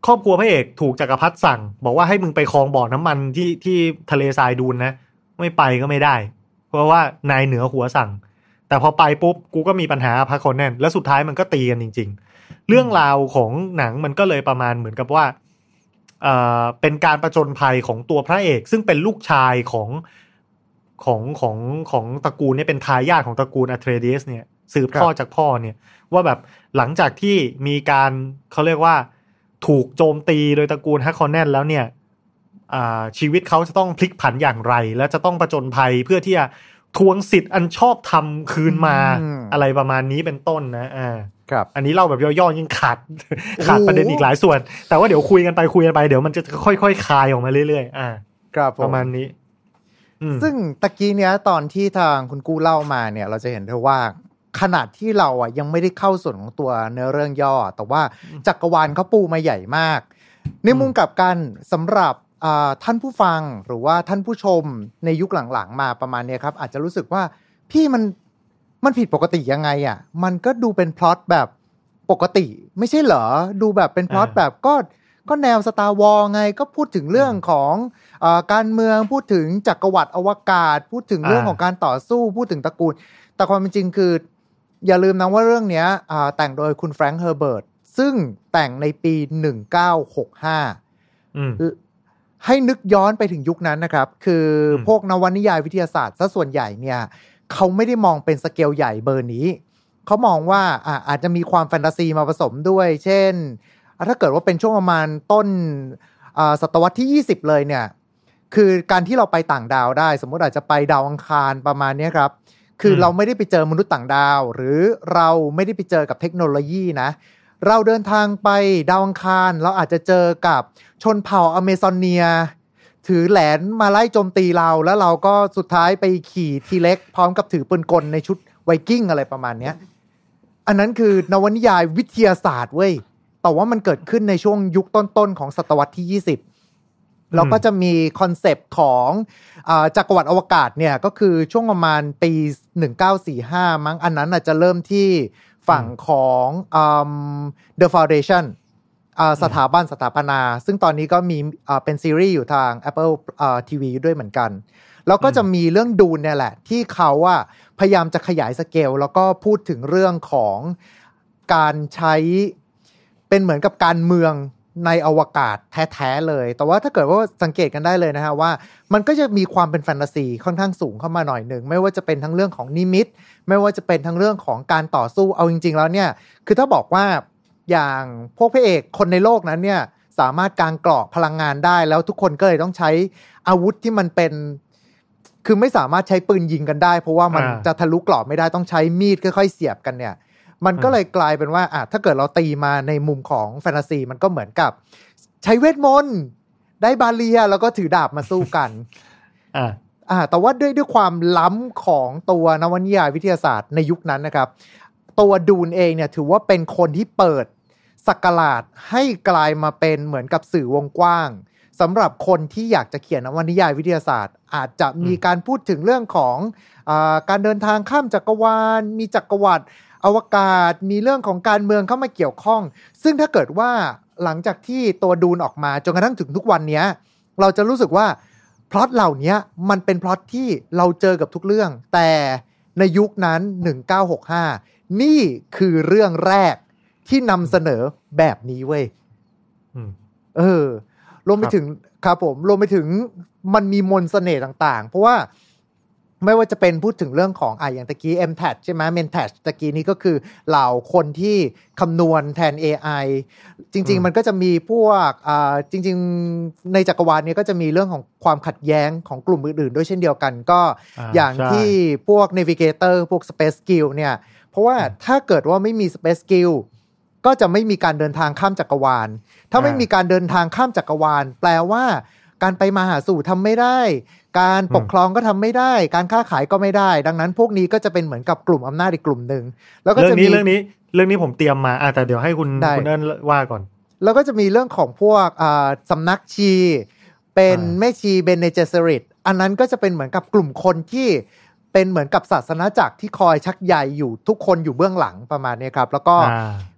Speaker 3: ครอบครัวพระเอกถูกจักรพรรดิสั่งบอกว่าให้มึงไปคลองบ่อน้ำมันที่ที่ทะเลทรายดูนนะไม่ไปก็ไม่ได้เพราะว่านายเหนือหัวสั่งแต่พอไปปุ๊บกูก็มีปัญหาพระคอนแนนแล้วสุดท้ายมันก็ตีกันจริงๆเรื่องราวของหนังมันก็เลยประมาณเหมือนกับว่าเอ่อเป็นการประจนภัยของตัวพระเอกซึ่งเป็นลูกชายของของของของตระกูลเนี่ยเป็นทายาทของตระกูลอัทเรเดียสเนี่ยสืบทอดจากพ่อเนี่ยว่าแบบหลังจากที่มีการเขาเรียกว่าถูกโจมตีโดยตระกูลฮักคอนแนนแล้วเนี่ยชีวิตเขาจะต้องพลิกผันอย่างไรและจะต้องประจนภัยเพื่อที่จะทวงสิทธิ์อันชอบธรรมคืนมาอะไรประมาณนี้เป็นต้นนะอ่า
Speaker 4: ครับ
Speaker 3: อันนี้เล่าแบบย่อๆยิ่งขาดขาดประเด็นอีกหลายส่วนแต่ว่าเดี๋ยวคุยกันไปคุยกันไปเดี๋ยวมันจะค่อยๆคลายออกมาเรื่อยๆอ่า
Speaker 4: ครับ
Speaker 3: ประมาณนี้
Speaker 4: ซึ่งตะกี้เนี้ยตอนที่ทางคุณกู้เล่ามาเนี่ยเราจะเห็นเธอว่าขนาดที่เราอ่ะยังไม่ได้เข้าส่วนของตัวเนื้อเรื่องย่อแต่ว่าจักรวาลเขาปูมาใหญ่มากในมุมกลับกันสำหรับท่านผู้ฟังหรือว่าท่านผู้ชมในยุคหลังๆมาประมาณนี้ครับอาจจะรู้สึกว่าพี่มันมันผิดปกติยังไงอ่ะมันก็ดูเป็นพล็อตแบบปกติไม่ใช่เหรอดูแบบเป็นพล็อตแบบก็ก็แนว Star Wars ไงก็พูดถึงเรื่องของเอ่อการเมืองพูดถึงจักรวรรดิอวกาศพูดถึงเรื่องของการต่อสู้พูดถึงตระกูลแต่ความเป็นจริงคืออย่าลืมนะว่าเรื่องนี้แต่งโดยคุณแฟรงค์เฮอร์เบิร์ตซึ่งแต่งในปีหนึ่งพันเก้าร้อยหกสิบห้า
Speaker 3: อืม
Speaker 4: ให้นึกย้อนไปถึงยุคนั้นนะครับคือพวกนวนิยายวิทยาศาสตร์ซะส่วนใหญ่เนี่ยเขาไม่ได้มองเป็นสเกลใหญ่เบอร์นี้เขามองว่าอ่าอาจจะมีความแฟนตาซีมาผสมด้วยเช่นถ้าเกิดว่าเป็นช่วงประมาณต้นศตวรรษที่ยี่สิบเลยเนี่ยคือการที่เราไปต่างดาวได้สมมติอาจจะไปดาวอังคารประมาณนี้ครับคือเราไม่ได้ไปเจอมนุษย์ต่างดาวหรือเราไม่ได้ไปเจอกับเทคโนโลยีนะเราเดินทางไปดาวอังคารเราอาจจะเจอกับชนเผ่าอเมซอนเนียถือแหลนมาไล่โจมตีเราแล้วเราก็สุดท้ายไปขี่ทีเล็กพร้อมกับถือปืนกลในชุดไวกิ้งอะไรประมาณนี้อันนั้นคือนวนิยายวิทยาศาสตร์เว้ยแต่ว่ามันเกิดขึ้นในช่วงยุคต้นๆของศตวรรษที่ยี่สิบแล้วก็จะมีคอนเซปต์ของอ่าจักรวรรดิอวกาศเนี่ยก็คือช่วงประมาณปีหนึ่งพันเก้าร้อยสี่สิบห้ามั้งอันนั้นอาจจะเริ่มที่ฝั่งของอืม The Foundation อ่าสถาบันสถาปนาซึ่งตอนนี้ก็มีอ่าเป็นซีรีส์อยู่ทาง Apple อ่า ที วี ด้วยเหมือนกันแล้วก็จะมีเรื่องดูนเนี่ยแหละที่เขาว่าพยายามจะขยายสเกลแล้วก็พูดถึงเรื่องของการใช้เป็นเหมือนกับการเมืองในอวกาศแท้ๆเลยแต่ว่าถ้าเกิดว่าสังเกตกันได้เลยนะฮะว่ามันก็จะมีความเป็นแฟนตาซีค่อนข้างสูงเข้ามาหน่อยหนึ่งไม่ว่าจะเป็นทั้งเรื่องของนิมิตไม่ว่าจะเป็นทั้งเรื่องของการต่อสู้เอาจริงๆแล้วเนี่ยคือถ้าบอกว่าอย่างพวกพระเอกคนในโลกนั้นเนี่ยสามารถกางเกราะพลังงานได้แล้วทุกคนก็เลยต้องใช้อาวุธที่มันเป็นคือไม่สามารถใช้ปืนยิงกันได้เพราะว่ามันจะทะลุเกราะไม่ได้ต้องใช้มีดค่อยๆเสียบกันเนี่ยมันก็เลยกลายเป็นว่าอ่ะถ้าเกิดเราตีมาในมุมของแฟนตาซีมันก็เหมือนกับใช้เวทมนต์ได้บาเลียแล้วก็ถือดาบมาสู้กัน
Speaker 3: อ่า
Speaker 4: อ่าแต่ว่าด้วยด้วยความล้ำของตัวนวนิยายวิทยาศาสตร์ในยุคนั้นนะครับตัวดูนเองเนี่ยถือว่าเป็นคนที่เปิดศักราชให้กลายมาเป็นเหมือนกับสื่อวงกว้างสำหรับคนที่อยากจะเขียนนวนิยายวิทยาศาสตร์อาจจะมีการพูดถึงเรื่องของอ่าการเดินทางข้ามจักรวาลมีจักรวรรดิอวกาศมีเรื่องของการเมืองเข้ามาเกี่ยวข้องซึ่งถ้าเกิดว่าหลังจากที่ตัวดูนออกมาจนกระทั่งถึงทุกวันนี้เราจะรู้สึกว่าพล็อตเหล่านี้มันเป็นพล็อตที่เราเจอกับทุกเรื่องแต่ในยุคนั้นหนึ่งพันเก้าร้อยหกสิบห้านี่คือเรื่องแรกที่นำเสนอแบบนี้เว้ยเออรวมไปถึงครับผมรวมไปถึงมันมีมนต์เสน่ห์ต่างๆเพราะว่าไม่ว่าจะเป็นพูดถึงเรื่องของอ่ะอย่างตะกี้ เอ็ม ที เอ ช ใช่ไหม Mentat ตะกี้นี้ก็คือเหล่าคนที่คำนวณแทน เอ ไอ จริงๆมันก็จะมีพวกอ่าจริงๆในจักรวาลนี้ก็จะมีเรื่องของความขัดแย้งของกลุ่มอื่นๆด้วยเช่นเดียวกันก็อย่างที่พวก Navigator พวก Space Skill เนี่ยเพราะว่าถ้าเกิดว่าไม่มี Space Skill ก็จะไม่มีการเดินทางข้ามจักรวาลถ้าไม่มีการเดินทางข้ามจักรวาลแปลว่าการไปมาหาสู่ทำไม่ได้การปกครองก็ทำไม่ได้การค้าขายก็ไม่ได้ดังนั้นพวกนี้ก็จะเป็นเหมือนกับกลุ่มอำนาจอีกกลุ่มหนึ่งแล้วก็จะมี
Speaker 3: เรื่องนี้เรื่องนี้ผมเตรียมมาอ่ะแต่เดี๋ยวให้คุณคุณเอิญว่าก่อน
Speaker 4: แล้วก็จะมีเรื่องของพวกอ่าสำนักชีเป็นแม่ชีเบเนเจสริตอันนั้นก็จะเป็นเหมือนกับกลุ่มคนที่เป็นเหมือนกับศาสนาจักรที่คอยชักใยอยู่ทุกคนอยู่เบื้องหลังประมาณนี้ครับแล้วก็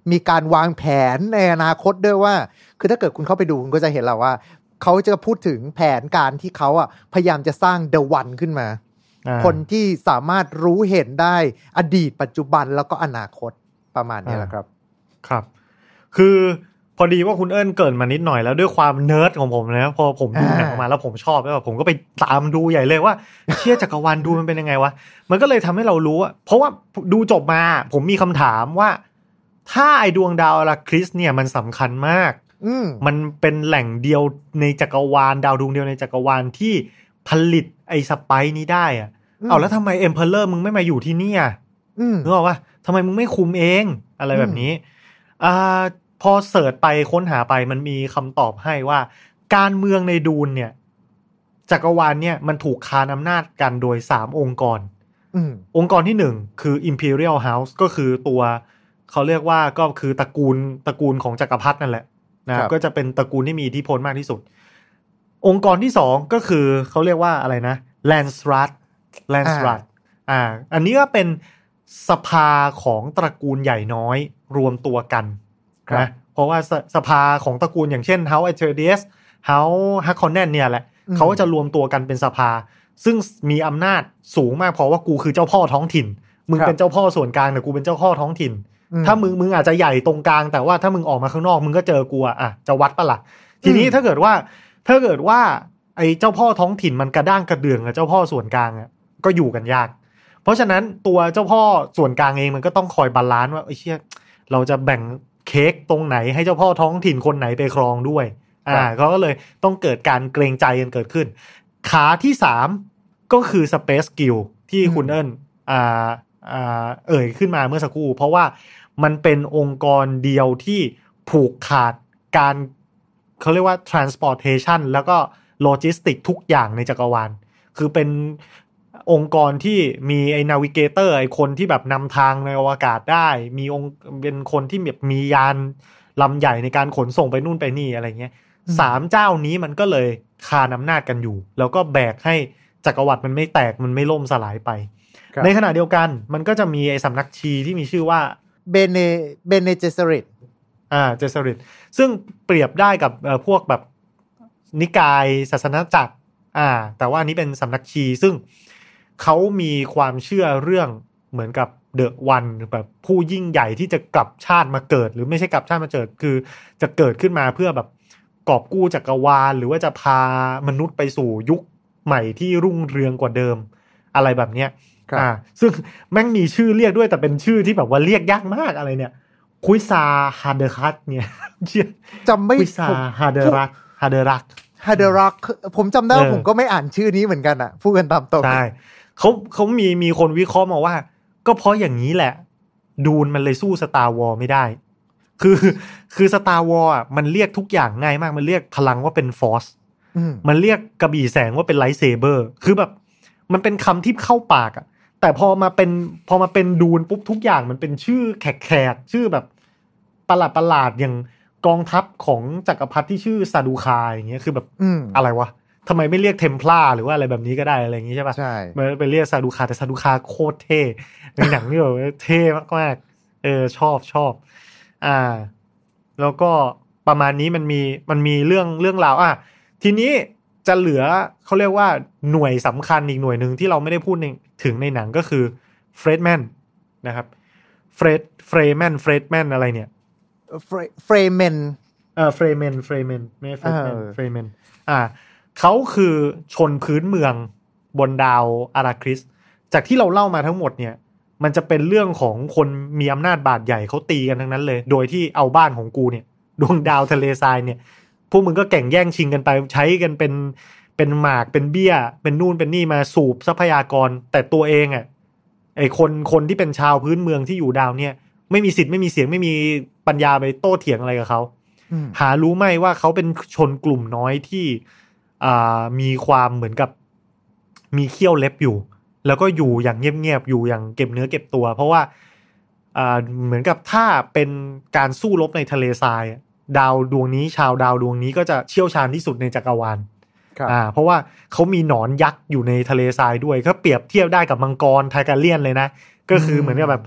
Speaker 4: มีการวางแผนในอนาคตด้วยว่าคือถ้าเกิดคุณเข้าไปดูคุณก็จะเห็นแล้วว่าเขาจะพูดถึงแผนการที่เขาอ่ะพยายามจะสร้าง The One ขึ้นมาคนที่สามารถรู้เห็นได้อดีตปัจจุบันแล้วก็อนาคตประมาณนี้แหละครับ
Speaker 3: ครับคือพอดีว่าคุณเอิญเกิดมานิดหน่อยแล้วด้วยความเนิร์ดของผมนะพอผมดูหนังมาแล้วผมชอบแล้วผมก็ไปตามดูใหญ่เลยว่าเชี่ยจักรวาลดูมันเป็นยังไงวะมันก็เลยทำให้เรารู้ว่าเพราะว่าดูจบมาผมมีคำถามว่าถ้าไอดวงดาวอลาคริสเนี่ยมันสำคัญมากมันเป็นแหล่งเดียวในจักรวาลดาวดวงเดียวในจักรวาลที่ผลิตไอสไปซ์นี้ได้อะเอาแล้วทำไมเอ็มเพอเรอร์มึงไม่มาอยู่ที่นี่อ่ะนึกออกป่ะทำไมมึงไม่คุมเองอะไรแบบนี้อ่าพอเสิร์ชไปค้นหาไปมันมีคำตอบให้ว่าการเมืองในดูนเนี่ยจักรวาลเนี่ยมันถูกคานอำนาจกันโดยสามองค์กรองค์กรที่หนึ่งคือ Imperial House ก็คือตัวเขาเรียกว่าก็คือตระกูลตระกูลของจักรพรรดินั่นแหละนะก็จะเป็นตระกูลที่มีอิทธิพลมากที่สุดองค์กรที่สองก็คือเขาเรียกว่าอะไรนะ Landsraad Landsraad อ่าอันนี้ก็เป็นสภาของตระกูลใหญ่น้อยรวมตัวกันนะเพราะว่าส, สภาของตระกูลอย่างเช่น House Atreides House Harkonnen เนี่ยแหละเขาจะรวมตัวกันเป็นสภาซึ่งมีอำนาจสูงมากเพราะว่ากูคือเจ้าพ่อท้องถิ่นมึงเป็นเจ้าพ่อส่วนกลางแต่กูเป็นเจ้าพ่อท้องถิ่นถ้ามึงมึงอาจจะใหญ่ตรงกลางแต่ว่าถ้ามึงออกมาข้างนอกมึงก็เจอกูอ่ะจะวัดปะล่ะทีนี้ถ้าเกิดว่าถ้าเกิดว่าไอ้เจ้าพ่อท้องถิ่นมันกระด้างกระเดื่องกับเจ้าพ่อส่วนกลางอ่ะก็อยู่กันยากเพราะฉะนั้นตัวเจ้าพ่อส่วนกลางเองมันก็ต้องคอยบาลานซ์ว่าไอ้เชี่ยเราจะแบ่งเค้กตรงไหนให้เจ้าพ่อท้องถิ่นคนไหนไปครองด้วยอ่าเขาก็เลยต้องเกิดการเกรงใจกันเกิดขึ้นขาที่สามก็คือ Space Guild ที่คุณเอิ้นอ่าอ่าเอ่ยขึ้นมาเมื่อสักครู่เพราะว่ามันเป็นองค์กรเดียวที่ผูกขาดการเขาเรียกว่า transportation แล้วก็ logistic ทุกอย่างในจักรวาลคือเป็นองค์กรที่มีไอ้ navigator ไอ้คนที่แบบนำทางในอวกาศได้มีองค์เป็นคนที่แบบมียานลำใหญ่ในการขนส่งไปนู่นไปนี่อะไรเงี้ยสามเจ้านี้มันก็เลยคานอำนาจกันอยู่แล้วก็แบกให้จักรวรรดิมันไม่แตกมันไม่ล่มสลายไปในขณะเดียวกันมันก็จะมีไอ้สำนักชีที่มีชื่อว่า
Speaker 4: เบเนเบเนเจสริต
Speaker 3: อ่าเจสริตซึ่งเปรียบได้กับเอ่อพวกแบบนิกายศาสนาจักรอ่าแต่ว่าอันนี้เป็นสำนักชีซึ่งเขามีความเชื่อเรื่องเหมือนกับเดอะวันแบบผู้ยิ่งใหญ่ที่จะกลับชาติมาเกิดหรือไม่ใช่กลับชาติมาเกิดคือจะเกิดขึ้นมาเพื่อแบบกอบกู้จักรวาลหรือว่าจะพามนุษย์ไปสู่ยุคใหม่ที่รุ่งเรืองกว่าเดิมอะไรแบบเนี้ยอ่าซึ่งแม่งมีชื่อเรียกด้วยแต่เป็นชื่อที่แบบว่าเรียกยากมากอะไรเนี่ยคุยซาฮาเดรัตเนี่ย
Speaker 4: จำไม่
Speaker 3: คุยซาฮาเดรัตฮาเดรัต
Speaker 4: ฮาเดรัตผมจำได้ว่าผมก็ไม่อ่านชื่อนี้เหมือนกันอ่ะพูดกันตามตรง
Speaker 3: ใช่เขาเขามีมีคนวิเคราะห์มาว่าก็เพราะอย่างนี้แหละดูนมันเลยสู้ Star Wars ไม่ได้คือคือ Star Wars อ่ะมันเรียกทุกอย่างง่ายมากมันเรียกพลังว่าเป็น Force มันเรียกกระบี่แสงว่าเป็น Lightsaber คือแบบมันเป็นคำที่เข้าปากอ่ะแต่พอมาเป็นพอมาเป็นดูนปุ๊บทุกอย่างมันเป็นชื่อแขกๆชื่อแบบประหลาดประหลาดอย่างกองทัพของจักรพรรดิที่ชื่อซาดูคาอย่างเงี้ยคือแบบอะไรวะทำไมไม่เรียกเทมพลาหรือว่าอะไรแบบนี้ก็ได้อะไรอย่างงี้ใช่ป่ะ
Speaker 4: ใช่
Speaker 3: มันไปเรียกซาดูคาแต่ซาดูคาโคตรเท่ในหนังนี่แบบเท่มากๆเออชอบชอบอ่าแล้วก็ประมาณนี้มันมีมันมีเรื่องเรื่องราวอ่ะทีนี้จะเหลือเขาเรียกว่าหน่วยสำคัญอีกหน่วยนึงที่เราไม่ได้พูดถึงในหนังก็คือเฟรดแมนนะครับเฟรดเฟรแมนเฟรดแมนอะไรเนี่ย
Speaker 4: เฟรเมน
Speaker 3: เออเฟรเมนเฟรเมนไม่เฟรแมนเฟรเมนอ่าเขาคือชนพื้นเมืองบนดาวอาราคริสจากที่เราเล่ามาทั้งหมดเนี่ยมันจะเป็นเรื่องของคนมีอำนาจบาดใหญ่เขาตีกันทั้งนั้นเลยโดยที่เอาบ้านของกูเนี่ยดวงดาวทะเลทรายเนี่ยพวกมึงก็แข่งแย่งชิงกันไปใช้กันเป็นเป็นหมากเป็นเบี้ยเป็นนู่นเป็นนี่มาสูบทรัพยากรแต่ตัวเองอ่ะไอ้คนคนที่เป็นชาวพื้นเมืองที่อยู่ดาวเนี่ยไม่มีสิทธิ์ไม่มีเสียงไม่มีปัญญาไปโต้เถียงอะไรกับเขาหารู้ไหมว่าเขาเป็นชนกลุ่มน้อยที่อ่ามีความเหมือนกับมีเขี้ยวเล็บอยู่แล้วก็อยู่อย่างเงียบๆอยู่อย่างเก็บเนื้อเก็บตัวเพราะว่าอ่าเหมือนกับถ้าเป็นการสู้รบในทะเลทรายดาวดวงนี้ชาวดาวดวงนี้ก็จะเชี่ยวชาญที่สุดในจักรวาลอ่าเพราะว่าเขามีหนอนยักษ์อยู่ในทะเลทรายด้วยเขาเปรียบเทียบได้กับมังกรไทการเลียนเลยนะก็คือเหมือนกับแบบ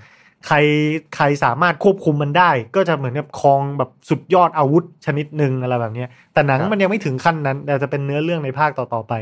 Speaker 3: ใครใครสามารถควบคุมมันได้ก็จะเหมือนกับครองแบบสุดยอดอาวุธชนิดนึงอะไรแบบนี้แต่หนังมันยังไม่ถึงขั้นนั้นแต่จะเป็นเนื้อเรื่องในภาคต่อๆไป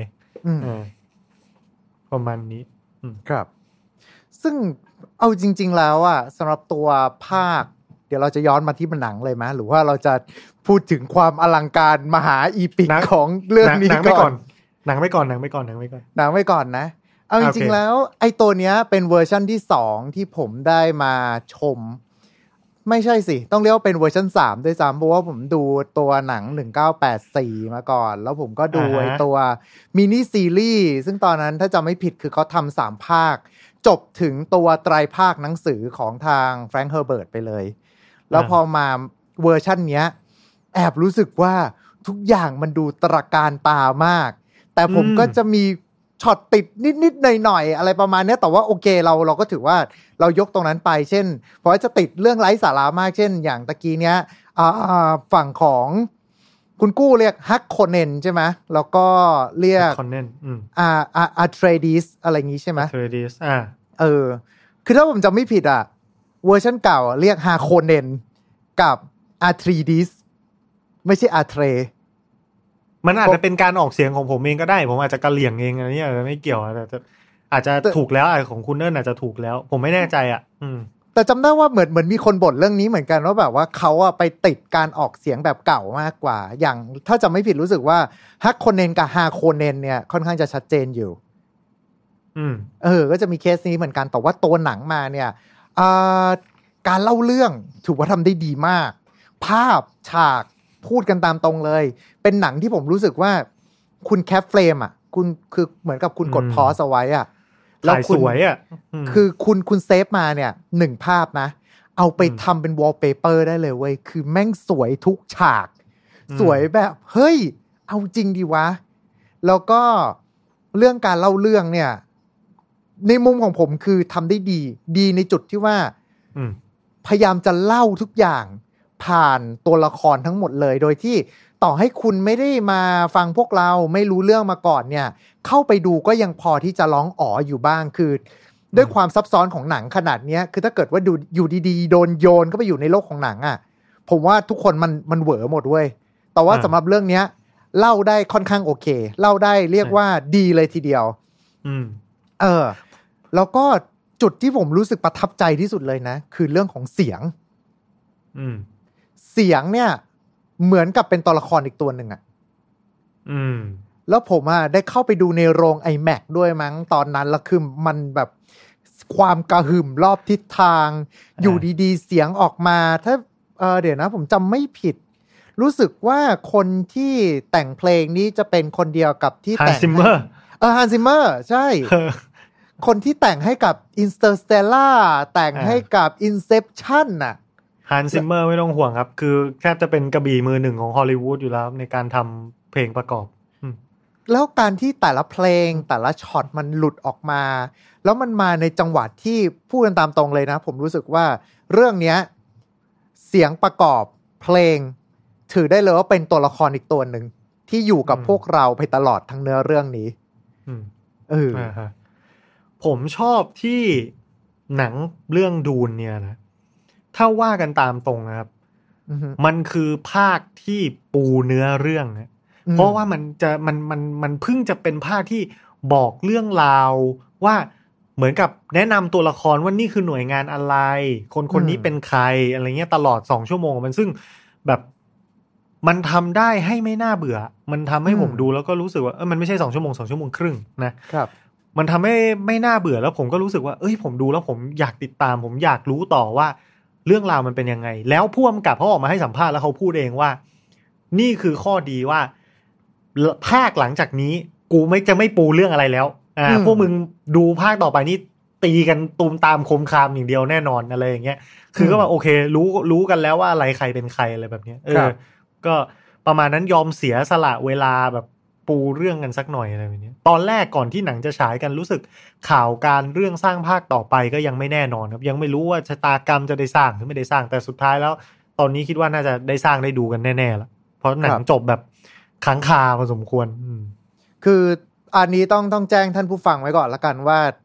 Speaker 3: ประมาณนี้
Speaker 4: ครับซึ่งเอาจริงๆแล้วอ่ะสำหรับตัวภาคเดี๋ยวเราจะย้อนมาที่หนังเลยไหมหรือว่าเราจะพูดถึงความอลังการมหาอีปิกของเรื่องนี้ก่อน
Speaker 3: หนังไม่ก่อนหนังไม่ก่อนหนังไม่ก่อน
Speaker 4: หนังไม่ก่อนนะเอาจริงๆแล้วไอ้ตัวเนี้ยเป็นเวอร์ชั่นที่สองที่ผมได้มาชมไม่ใช่สิต้องเรียกว่าเป็นเวอร์ชันสามด้วยซ้ำเพราะว่าผมดูตัวหนังหนึ่งเก้าแปดสี่มาก่อนแล้วผมก็ดูไอ้ตัวมินิซีรีส์ซึ่งตอนนั้นถ้าจำไม่ผิดคือเขาทำสามภาคจบถึงตัวไตรภาคหนังสือของทางแฟรงค์เฮอร์เบิร์ตไปเลยแล้วพอมาเวอร์ชันเนี้ยแอบรู้สึกว่าทุกอย่างมันดูตระการตามากแต่ผมก็จะมีช็อตติดนิดๆหน่อยๆอะไรประมาณนี้แต่ว่าโอเคเราเราก็ถือว่าเรายกตรงนั้นไปเช่นเพราะจะติดเรื่องไร้สาระมากเช่นอย่างตะกี้เนี้ยฝั่งของคุณกู้เรียกฮักโคเนนใช่ไหมแล้วก็เรียก
Speaker 3: โคเนน
Speaker 4: อ่าอ่าอาเทรดิสอะไรอย่างงี้ใช่ไหม
Speaker 3: อาเทรดิสอ่า
Speaker 4: เออคือถ้าผมจำไม่ผิดอ่ะเวอร์ชันเก่าเรียกฮาโคเนนกับอาเทรดิสไม่ใช่อาเทร
Speaker 3: มันอาจจะเป็นการออกเสียงของผมเองก็ได้ผมอาจจะกะเหลี่ยงเองอะไรนี้อาจจะไม่เกี่ยวแต่จะอาจจะถูกแล้วของคุณเนิ่นอาจจะถูกแล้วผมไม่แน่ใจอ่ะอืม
Speaker 4: แต่จำได้ว่าเหมือนเหมือนมีคนบ่นเรื่องนี้เหมือนกันว่าแบบว่าเขาอะไปติดการออกเสียงแบบเก่ามากกว่าอย่างถ้าจำไม่ผิดรู้สึกว่าฮักโคเนนกับฮาโคเนนเนี่ยค่อนข้างจะชัดเจนอยู่
Speaker 3: อืม
Speaker 4: เออก็จะมีเคสนี้เหมือนกันแต่ว่าตัวหนังมาเนี่ยอ่าการเล่าเรื่องถือว่าทำได้ดีมากภาพฉากพูดกันตามตรงเลยเป็นหนังที่ผมรู้สึกว่าคุณแคปเฟรมอ่ะคุณคือเหมือนกับคุณกดพอสเอาไว้อ่ะ
Speaker 3: แล้วสวยอ่ะ
Speaker 4: คือคุณคุณเซฟมาเนี่ยหนึ่งภาพนะเอาไปทำเป็นวอลเปเปอร์ได้เลยเว้ยคือแม่งสวยทุกฉากสวยแบบเฮ้ยเอาจริงดีวะแล้วก็เรื่องการเล่าเรื่องเนี่ยในมุมของผมคือทำได้ดีดีในจุดที่ว่าพยายามจะเล่าทุกอย่างผ่านตัวละครทั้งหมดเลยโดยที่ต่อให้คุณไม่ได้มาฟังพวกเราไม่รู้เรื่องมาก่อนเนี่ยเข้าไปดูก็ยังพอที่จะร้องอ๋ออยู่บ้างคือด้วยความซับซ้อนของหนังขนาดนี้คือถ้าเกิดว่าดูอยู่ดีๆโดนโยนเข้าไปอยู่ในโลกของหนังอ่ะผมว่าทุกคนมันมันเหวอหมดเว้ยแต่ว่าสำหรับเรื่องเนี้ยเล่าได้ค่อนข้างโอเคเล่าได้เรียกว่าดีเลยทีเดียว
Speaker 3: อืม
Speaker 4: เออแล้วก็จุดที่ผมรู้สึกประทับใจที่สุดเลยนะคือเรื่องของเสียง
Speaker 3: อืม
Speaker 4: เสียงเนี่ยเหมือนกับเป็นตัวละครอีกตัวหนึ่งอ่ะ
Speaker 3: อืม
Speaker 4: แล้วผมอ่ะได้เข้าไปดูในโรง ไอแม็กซ์ ด้วยมั้งตอนนั้นแล้วคือมันแบบความกระหึ่มรอบทิศทางอยู่ดีๆเสียงออกมาถ้าเออเดี๋ยวนะผมจำไม่ผิดรู้สึกว่าคนที่แต่งเพลงนี้จะเป็นคนเดียวกับที่แต่ง
Speaker 3: Hans Zimmer
Speaker 4: เออ Hans Zimmer ใช่ คนที่แต่งให้กับ Interstellar แต่งให้กับ Inception น่ะ
Speaker 3: ฮันซิมเมอร์ไม่ต้องห่วงครับคือแทบจะเป็นกระบี่มือหนึ่งของฮอลลีวูดอยู่แล้วในการทำเพลงประกอบ
Speaker 4: แล้วการที่แต่ละเพลงแต่ละช็อตมันหลุดออกมาแล้วมันมาในจังหวะที่พูดกันตามตรงเลยนะผมรู้สึกว่าเรื่องนี้เสียงประกอบเพลงถือได้เลยว่าเป็นตัวละครอีกตัวหนึ่งที่อยู่กับพวกเราไปตลอดทั้งเนื้อเรื่องนี้เออ
Speaker 3: ผมชอบที่หนังเรื่องดูนเนี่ยนะถ้าว่ากันตามตรงนะครับ
Speaker 4: uh-huh.
Speaker 3: มันคือภาคที่ปูเนื้อเรื่องนะ uh-huh. เพราะว่ามันจะมันมันมันเพิ่งจะเป็นภาคที่บอกเรื่องราวว่าเหมือนกับแนะนำตัวละครว่านี่คือหน่วยงานอะไรคนคนนี้เป็นใครอะไรเงี้ยตลอดสองชั่วโมงมันซึ่งแบบมันทำได้ให้ไม่น่าเบื่อมันทำให้ uh-huh. ผมดูแล้วก็รู้สึกว่าเออมันไม่ใช่สองชั่วโมงสองชั่วโมงครึ่งนะครับมันทำให้ไม่น่าเบื่อแล้วผมก็รู้สึกว่าเอ้ยผมดูแล้วผมอยากติดตามผมอยากรู้ต่อว่าเรื่องราวมันเป็นยังไงแล้วผู้กำกับเขาออกมาให้สัมภาษณ์แล้วเขาพูดเองว่านี่คือข้อดีว่าภาคหลังจากนี้กูไม่จะไม่ปูเรื่องอะไรแล้วอ่าพวกมึงดูภาคต่อไปนี่ตีกันตูมตามคมคามอย่างเดียวแน่นอนอะไรอย่างเงี้ยคือก็แบบโอเครู้รู้กันแล้วว่าอะไรใครเป็นใครอะไรแบบเนี้ยเออก็ประมาณนั้นยอมเสียสละเวลาแบบปูเรื่องกันสักหน่อยอะไรแบบนี้ตอนแรกก่อนที่หนังจะฉายกันรู้สึกข่าวการเรื่องสร้างภาคต่อไปก็ยังไม่แน่นอนครับยังไม่รู้ว่าชะตากรรมจะได้สร้างหรือไม่ได้สร้างแต่สุดท้ายแล้วตอนนี้คิดว่าน่าจะได้สร้างได้ดูกันแน่ๆแล้วเพราะหนังจบแบบค้างคาพอสมควร
Speaker 4: คืออันนี้ต้องต้องแจ้งท่านผู้ฟังไว้ก่อนละกันว่า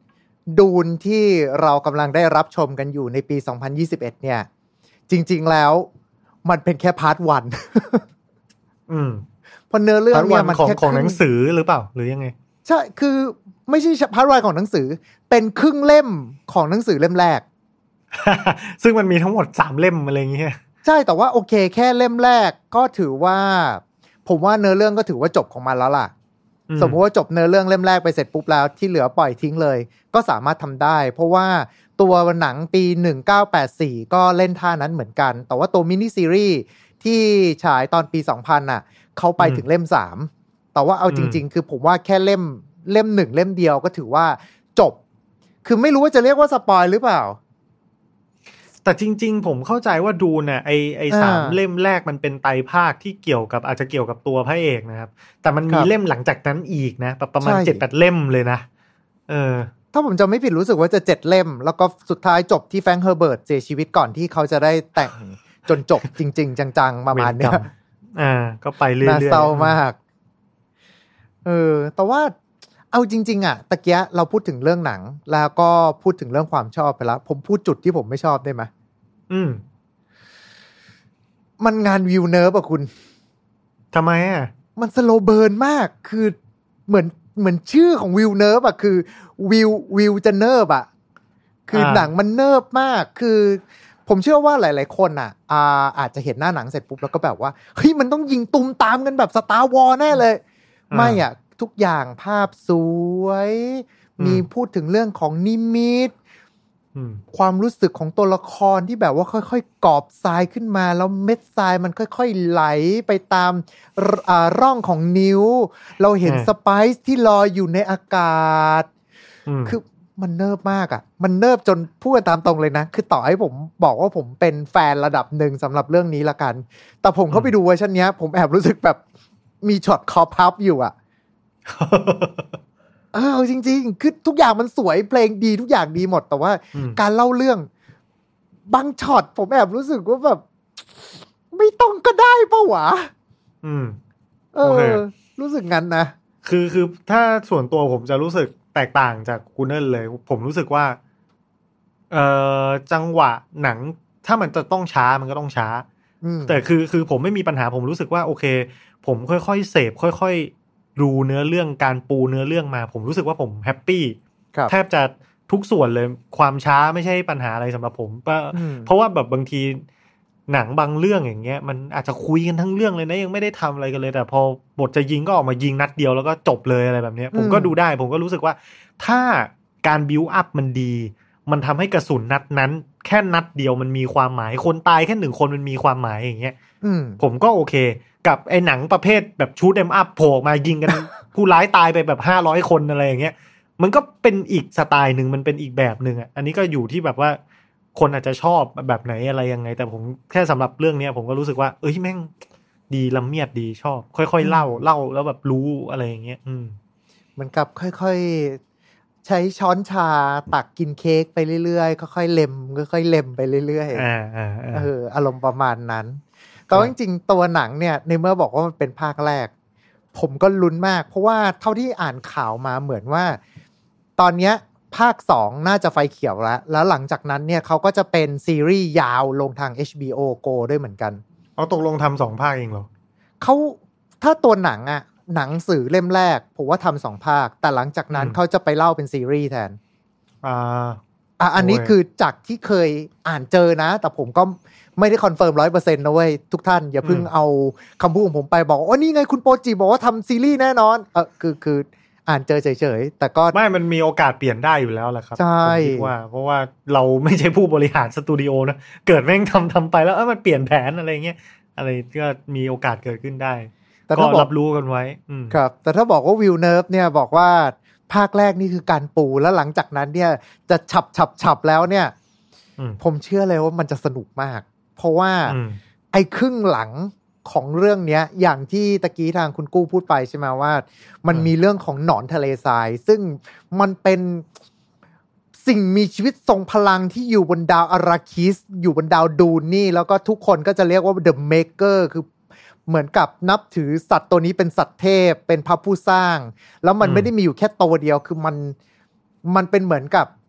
Speaker 4: ดูนที่เรากำลังได้รับชมกันอยู่ในปีสองพันยี่สิบเอ็ดเนี่ยจริงๆแล้วมันเป็นแค่พาร์ทวัน
Speaker 3: อืม
Speaker 4: เพราะเนื้อเรื่องเนี่ยมัน
Speaker 3: ของ
Speaker 4: แค่
Speaker 3: ของหนังสือหรือเปล่าหรือยังไง
Speaker 4: ใช่คือไม่ใช่พาร์ทวันของหนังสือเป็นครึ่งเล่มของหนังสือเล่มแรก
Speaker 3: ซึ่งมันมีทั้งหมดสามเล่มอะไรอย่างเงี้ย
Speaker 4: ใช่แต่ว่าโอเคแค่เล่มแรกก็ถือว่าผมว่าเนื้อเรื่องก็ถือว่าจบของมันแล้วล่ะสมมติว่าจบเนื้อเรื่องเล่มแรกไปเสร็จปุ๊บแล้วที่เหลือปล่อยทิ้งเลยก็สามารถทำได้เพราะว่าตัวหนังปีหนึ่งเก้าแปดสี่ก็เล่นท่านั้นเหมือนกันแต่ว่าตัวมินิซีรีส์ที่ฉายตอนปีสองพันน่ะเขาไปถึงเล่มสามแต่ว่าเอาจริงๆคือผมว่าแค่เล่มเล่มหนึ่งเล่มเดียวก็ถือว่าจบคือไม่รู้ว่าจะเรียกว่าสปอยหรือเปล่า
Speaker 3: แต่จริงๆผมเข้าใจว่าดูน่ะไอไอสามเล่มแรกมันเป็นไตรภาคที่เกี่ยวกับอาจจะเกี่ยวกับตัวพระเอกนะครับแต่มันมีเล่มหลังจากนั้นอีกนะประมาณ เจ็ดแปด เล่มเลยนะเออ
Speaker 4: ถ้าผมจำไม่ผิดรู้สึกว่าจะเจ็ดเล่มแล้วก็สุดท้ายจบที่แฟรงค์เฮอร์เบิร์ตเสียชีวิตก่อนที่เขาจะได้แต่งจนจบจริงๆจังๆประมาณนี้
Speaker 3: อ่าก็ไปเรื่อยๆ
Speaker 4: น่าเศร้ามากเออแต่ว่าเอาจริงๆอ่ะตะเกียเราพูดถึงเรื่องหนังแล้วก็พูดถึงเรื่องความชอบไปแล้วผมพูดจุดที่ผมไม่ชอบได้ไหม
Speaker 3: อืม
Speaker 4: มันงานวิวเนิร์ฟอ่ะคุณ
Speaker 3: ทำไมอ่ะ
Speaker 4: มันสโลว์เบิร์นมากคือเหมือนเหมือนชื่อของวิวเนิร์ฟอ่ะคือวิววิวจะเนิร์ฟอ่ะคือหนังมันเนิร์ฟมากคือผมเชื่อว่าหลายๆคนอ่ะอ่าอาจจะเห็นหน้าหนังเสร็จปุ๊บแล้วก็แบบว่าเฮ้ยมันต้องยิงตุมตามกันแบบสตาร์วอร์แน่เลยไม่อ่ะทุกอย่างภาพสวยมีพูดถึงเรื่องของนิมิตความรู้สึกของตัวละครที่แบบว่าค่อยๆกอบทรายขึ้นมาแล้วเม็ดทรายมันค่อยๆไหลไปตามร่องของนิ้วเราเห็นสไปซ์ที่ลอยอยู่ในอากาศคือมันเนิบมากอ่ะมันเนิบจนพูดตามตรงเลยนะคือต่อให้ผมบอกว่าผมเป็นแฟนระดับหนึ่งสำหรับเรื่องนี้ละกันแต่ผมเข้าไปดูเวอร์ชันนี้ผมแอบรู้สึกแบบมีช็อตคอพับอยู่อ่ะเออจริงๆคือทุกอย่างมันสวยเพลงดีทุกอย่างดีหมดแต่ว่าการเล่าเรื่องบางช็อตผมแอบรู้สึกว่าแบบไม่ต้องก็ได้ป่ะวะ
Speaker 3: อืม
Speaker 4: เออรู้สึกงั้นนะ
Speaker 3: คือคือถ้าส่วนตัวผมจะรู้สึกแตกต่างจากคุณเอิ้นเลยผมรู้สึกว่าเอ่อจังหวะหนังถ้ามันจะต้องช้ามันก็ต้องช้าแต่คือคือผมไม่มีปัญหาผมรู้สึกว่าโอเคผมค่อยๆเสพค่อยๆดูเนื้อเรื่องการปูเนื้อเรื่องมาผมรู้สึกว่าผมแฮปปี้แทบจะทุกส่วนเลยความช้าไม่ใช่ปัญหาอะไรสำหรับผมเพราะว่าแบบบางทีหนังบางเรื่องอย่างเงี้ยมันอาจจะคุยกันทั้งเรื่องเลยนะยังไม่ได้ทำอะไรกันเลยแต่พอบทจะยิงก็ออกมายิงนัดเดียวแล้วก็จบเลยอะไรแบบนี้ผมก็ดูได้ผมก็รู้สึกว่าถ้าการบิวอัพมันดีมันทำให้กระสุนนัดนั้นแค่นัดเดียวมันมีความหมายคนตายแค่หนึ่งคนมันมีความหมายอย่างเงี้ยผมก็โอเคกับไอ้หนังประเภทแบบชูตเอ็มอัพโผล่มายิงกัน ผู้ร้ายตายไปแบบห้าร้อยคนอะไรอย่างเงี้ยมันก็เป็นอีกสไตล์นึงมันเป็นอีกแบบนึงอ่ะอันนี้ก็อยู่ที่แบบว่าคนอาจจะชอบแบบไหนอะไรยังไงแต่ผมแค่สำหรับเรื่องนี้ผมก็รู้สึกว่าเอ้ยแม่งดีละเมียดดีชอบค่อยๆเล่าเล่าแล้วแบบรู้อะไรอย่างเงี้ยอืม
Speaker 4: เหมือนกับค่อยๆใช้ช้อนชาตักกินเค้กไปเรื่อยๆค่อยๆเล็มค่อยๆเล็มไปเรื่อยๆ
Speaker 3: อ่า
Speaker 4: ๆเอออารมณ์ประมาณนั้นแต่ว่าจริงๆตัวหนังเนี่ยในเมื่อบอกว่ามันเป็นภาคแรกผมก็ลุ้นมากเพราะว่าเท่าที่อ่านข่าวมาเหมือนว่าตอนเนี้ยภาคสองน่าจะไฟเขียวแล้วแล้วหลังจากนั้นเนี่ยเขาก็จะเป็นซีรีส์ยาวลงทาง เอช บี โอ Go ด้วยเหมือนกัน
Speaker 3: เอาตกลงทำสองภาคเองเหรอ
Speaker 4: เขาถ้าตัวหนังอะหนังสื่อเล่มแรกผมว่าทำสองภาคแต่หลังจากนั้นเขาจะไปเล่าเป็นซีรีส์แทน
Speaker 3: อ่า
Speaker 4: อ่ะอันนี้คือจากที่เคยอ่านเจอนะแต่ผมก็ไม่ได้คอนเฟิร์ม ร้อยเปอร์เซ็นต์ นะเว้ยทุกท่านอย่าเพิ่งเอาคำพูดของผมไปบอกว่านี่ไงคุณโปจิบอกว่าทำซีรีส์แน่นอนเออคือคืออ่านเจอเฉยๆแต่ก็
Speaker 3: ไม่มันมีโอกาสเปลี่ยนได้อยู่แล้วแหละครับ
Speaker 4: ใช่
Speaker 3: ผมคิดว่าเพราะว่าเราไม่ใช่ผู้บริหารสตูดิโอนะเกิดแม่งทำทำไปแล้วเออมันเปลี่ยนแผนอะไรเงี้ยอะไรก็มีโอกาสเกิดขึ้นได้ก็รับรู้กันไว้
Speaker 4: ครับแต่ถ้าบอกว่าวิวเนิร์ฟเนี่ยบอกว่าภาคแรกนี่คือการปูแล้วหลังจากนั้นเนี่ยจะฉับฉับฉับแล้วเนี่ยผมเชื่อเลยว่ามันจะสนุกมากเพราะว่าไอ้ครึ่งหลังของเรื่องเนี้ยอย่างที่ตะกี้ทางคุณกู้พูดไปใช่ไหมว่ามันมีเรื่องของหนอนทะเลทรายซึ่งมันเป็นสิ่งมีชีวิตทรงพลังที่อยู่บนดาวอาราคิสอยู่บนดาวดูนนี่แล้วก็ทุกคนก็จะเรียกว่า The Maker คือเหมือนกับนับถือสัตว์ตัวนี้เป็นสัตว์เทพเป็นพระผู้สร้างแล้วมันไม่ได้มีอยู่แค่ตัวเดียวคือมันมันเป็นเหมือนกับ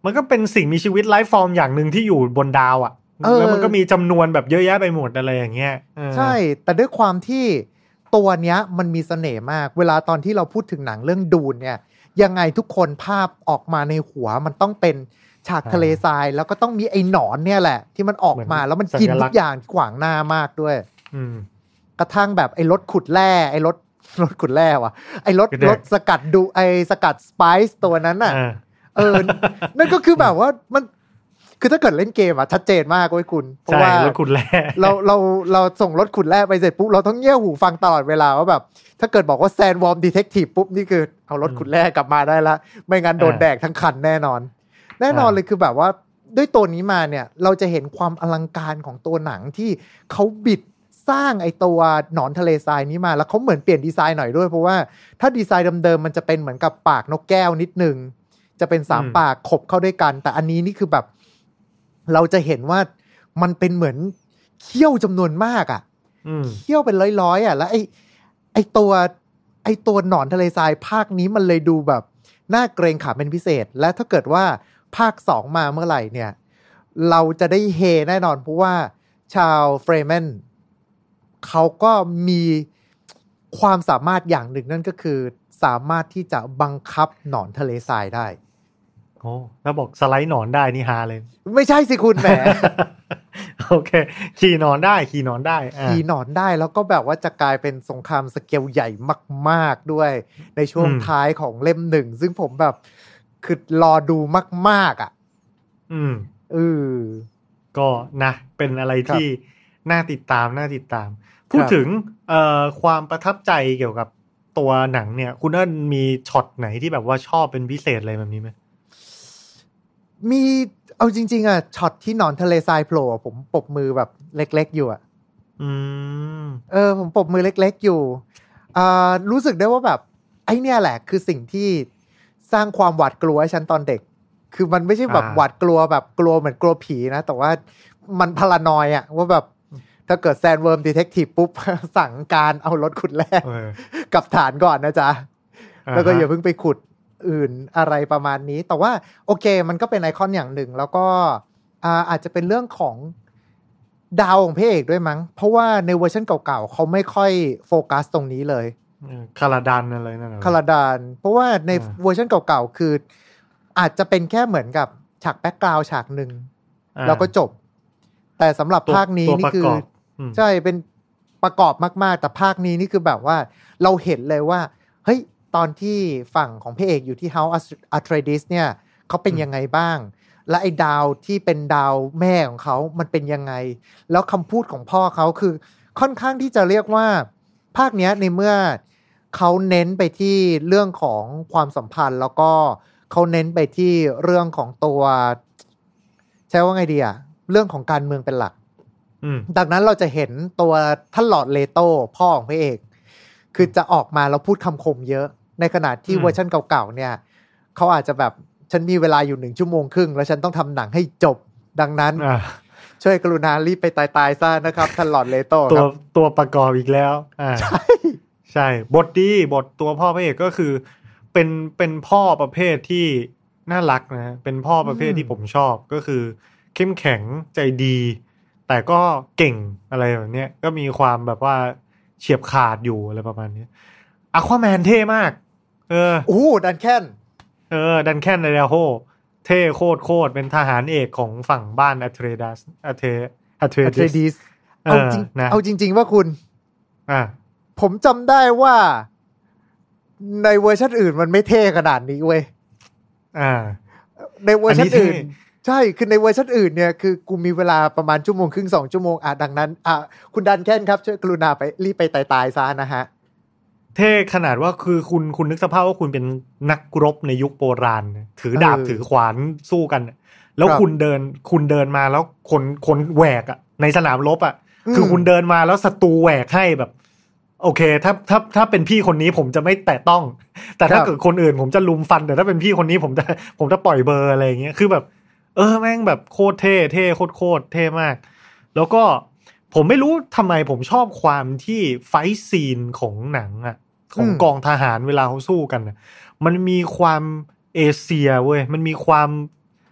Speaker 3: มันก็เป็นสิ่งมีชีวิตไลฟ์ฟอร์มอย่างหนึ่งที่อยู่บนดาวอ่ะแล้วมันก็มีจำนวนแบบเยอะแยะไปหมดอะไรอย่างเงี้ย
Speaker 4: ใช่แต่ด้วยความที่ตัวเนี้ยมันมีเสน่ห์มากเวลาตอนที่เราพูดถึงหนังเรื่องดูนเนี่ยยังไงทุกคนภาพออกมาในหัวมันต้องเป็นฉากทะเลทรายแล้วก็ต้องมีไอ้หนอนเนี่ยแหละที่มันออกมาแล้วมันกินทุกอย่างขวางหน้ามากด้วยกระทั่งแบบไอ้รถขุดแร่ไอ้รถรถขุดแร่ว่ะไอ้รถรถสกัดดูไอ้สกัดสไปซ์ตัวนั้นน่ะเออนั่นก็คือแบบว่ามันคือถ้าเกิดเล่นเกมอ่ะชัดเจนมากเว้ยคุณเพราะว่าร
Speaker 3: ถขุดแร่
Speaker 4: เราเราเราส่งรถขุดแร่ไปเสร็จปุ๊บเราต้องเงี่ยหูฟังตลอดเวลาว่าแบบถ้าเกิดบอกว่าแซนวอร์มดีเทคทีฟปุ๊บนี่คือเอารถขุดแร่กลับมาได้ละไม่งั้นโดนแดกทั้งคันแน่นอนแน่นอนเลยคือแบบว่าด้วยตัวนี้มาเนี่ยเราจะเห็นความอลังการของตัวหนังที่เขาบิดสร้างไอตัวหนอนทะเลทรายนี้มาแล้วเขาเหมือนเปลี่ยนดีไซน์หน่อยด้วยเพราะว่าถ้าดีไซน์เดิมๆมันจะเป็นเหมือนกับปากนกแก้วนิดนึงจะเป็นสามปากขบเข้าด้วยกันแต่อันนี้นี่คือแบบเราจะเห็นว่ามันเป็นเหมือนเขี้ยวจำนวนมากอ่ะเขี้ยวเป็นร้อยๆอ่ะแล้วไอไอตัวไอตัวหนอนทะเลทรายภาคนี้มันเลยดูแบบน่าเกรงขามเป็นพิเศษและถ้าเกิดว่าภาคสองมาเมื่อไหร่เนี่ยเราจะได้เฮแน่นอนเพราะว่าชาวเฟรแมนเขาก็มีความสามารถอย่างหนึ่งนั่นก็คือสามารถที่จะบังคับหนอนทะเลทรายได้
Speaker 3: โอ้แล้วบอกสไลด์หนอนได้นี่ฮาเลย
Speaker 4: ไม่ใช่สิคุณแหม
Speaker 3: โอเคขี่หนอนได้ขี่หนอนได้
Speaker 4: ขี่หนอนได้แล้วก็แบบว่าจะกลายเป็นสงครามสเกลใหญ่มากๆด้วยในช่วงท้ายของเล่มหนึ่งซึ่งผมแบบคือรอดูมากๆอ่ะ
Speaker 3: อืม
Speaker 4: เออ
Speaker 3: ก็นะเป็นอะไรที่น่าติดตามน่าติดตามพูดถึงเอ่อความประทับใจเกี่ยวกับตัวหนังเนี่ยคุณเอิ้นมีช็อตไหนที่แบบว่าชอบเป็นพิเศษอะไรแบบนี้ไหม
Speaker 4: มีเอาจริงๆอ่ะช็อตที่หนอนทะเลทรายโผล่ผมปรบมือแบบเล็กๆอยู่อ่ะ
Speaker 3: อืม
Speaker 4: เออผมปรบมือเล็กๆอยู่อ่ารู้สึกได้ว่าแบบไอ้เนี่ยแหละคือสิ่งที่สร้างความหวาดกลัวให้ฉันตอนเด็กคือมันไม่ใช่แบบหวาดกลัวแบบกลัวเหมือนกลัวผีนะแต่ว่ามันพารานอยอ่ะว่าแบบถ้าเกิดแซนเวิร์มดีเทคทีฟปุ๊บสั่งการเอารถขุดแร่กับฐานก่อนนะจ๊ะแล้วก็อย่าเพิ่งไปขุดอื่นอะไรประมาณนี้แต่ว่าโอเคมันก็เป็นไอคอนอย่างหนึ่งแล้วก็อาอาจจะเป็นเรื่องของดาวของพระเอกด้วยมั้งเพราะว่าในเวอร์ชันเก่าๆเขาไม่ค่อยโฟกัสตรงนี้เลย
Speaker 3: คาราดานอะไรนั่น
Speaker 4: คาราดานเพราะว่าในเวอร์ชันเก่าๆคืออาจจะเป็นแค่เหมือนกับฉากแบ็คกราวด์ฉากหนึ่งแล้วก็จบแต่สำหรับภาคนี้นี่คือใช่เป็นประกอบมากๆแต่ภาคนี้นี่คือแบบว่าเราเห็นเลยว่าเฮ้ยตอนที่ฝั่งของพระเอกอยู่ที่ House Atreides เนี่ยเขาเป็นยังไงบ้างและไอ้ดาวที่เป็นดาวแม่ของเขามันเป็นยังไงแล้วคำพูดของพ่อเขาคือค่อนข้างที่จะเรียกว่าภาคเนี้ยในเมื่อเขาเน้นไปที่เรื่องของความสัมพันธ์แล้วก็เขาเน้นไปที่เรื่องของตัวใช้ว่าไงดีอะเรื่องของการเมืองเป็นหลักดังนั้นเราจะเห็นตัวท่านหลอร์ดเลโต้พ่อของพระเอกคือจะออกมาแล้วพูดคำคมเยอะในขณะที่เวอร์ชันเก่าๆเนี่ยเขาอาจจะแบบฉันมีเวลาอยู่หนึ่งชั่วโมงครึ่งแล้วฉันต้องทำหนังให้จบดังนั้นช่วยกรุณารีบไปตายๆซะนะครับท่านหลอร์ดเลโต้
Speaker 3: ตัวตัวประกอบอีกแล้วอ่าใช่ใช่บทดีบทตัวพ่อพระเอกก็คือเป็นเป็นพ่อประเภทที่น่ารักนะเป็นพ่อประเภทที่ผมชอบก็คือเข้มแข็งใจดีแต่ก็เก่งอะไรแบบนี้ก็มีความแบบว่าเฉียบขาดอยู่อะไรประมาณนี้อควาแมนเท่มากเออ
Speaker 4: โอ้ดันแคน
Speaker 3: เออดันแคนไดโฮเท่โคตรโคตรเป็นทหารเอกของฝั่งบ้านอัตเรดัสอัตเทอัตเร
Speaker 4: ดิสเอาจริงเอาจริงๆว่าคุณ
Speaker 3: อ่า
Speaker 4: ผมจำได้ว่าในเวอร์ชันอื่นมันไม่เท่ขนาดนี้เว้ย
Speaker 3: อ่า
Speaker 4: ในเวอร์ชันอื่นใช่คือในเวอร์ชันอื่นเนี่ยคือกูมีเวลาประมาณชั่วโมงครึ่งสองชั่วโมงอ่ะดังนั้นอ่ะคุณดันแคนครับช่วยกรุณาไปรีบไปตายๆซะนะฮะ
Speaker 3: เท่ขนาดว่าคือคุณคุณนึกสภาพว่าคุณเป็นนักรบในยุคโบราณถือดาบถือขวานสู้กันแล้วคุณเดินคุณเดินมาแล้วคนคนแหวกอ่ะในสนามรบอ่ะคือคุณเดินมาแล้วศัตรูแหวกให้แบบโอเคถ้าถ้าถ้าเป็นพี่คนนี้ผมจะไม่แตะต้องแต่ถ้าเกิดคนอื่นผมจะลุมฟันแต่ถ้าเป็นพี่คนนี้ผมจะผมจะปล่อยเบอร์อะไรอย่างเงี้ยคือแบบเออแม่งแบบโคตรเท่เท่โคตรโคตรเท่มากแล้วก็ผมไม่รู้ทำไมผมชอบความที่ไฟท์ซีนของหนังอ่ะของกองทหารเวลาเขาสู้กันมันมีความเอเชียเว้ยมันมีความ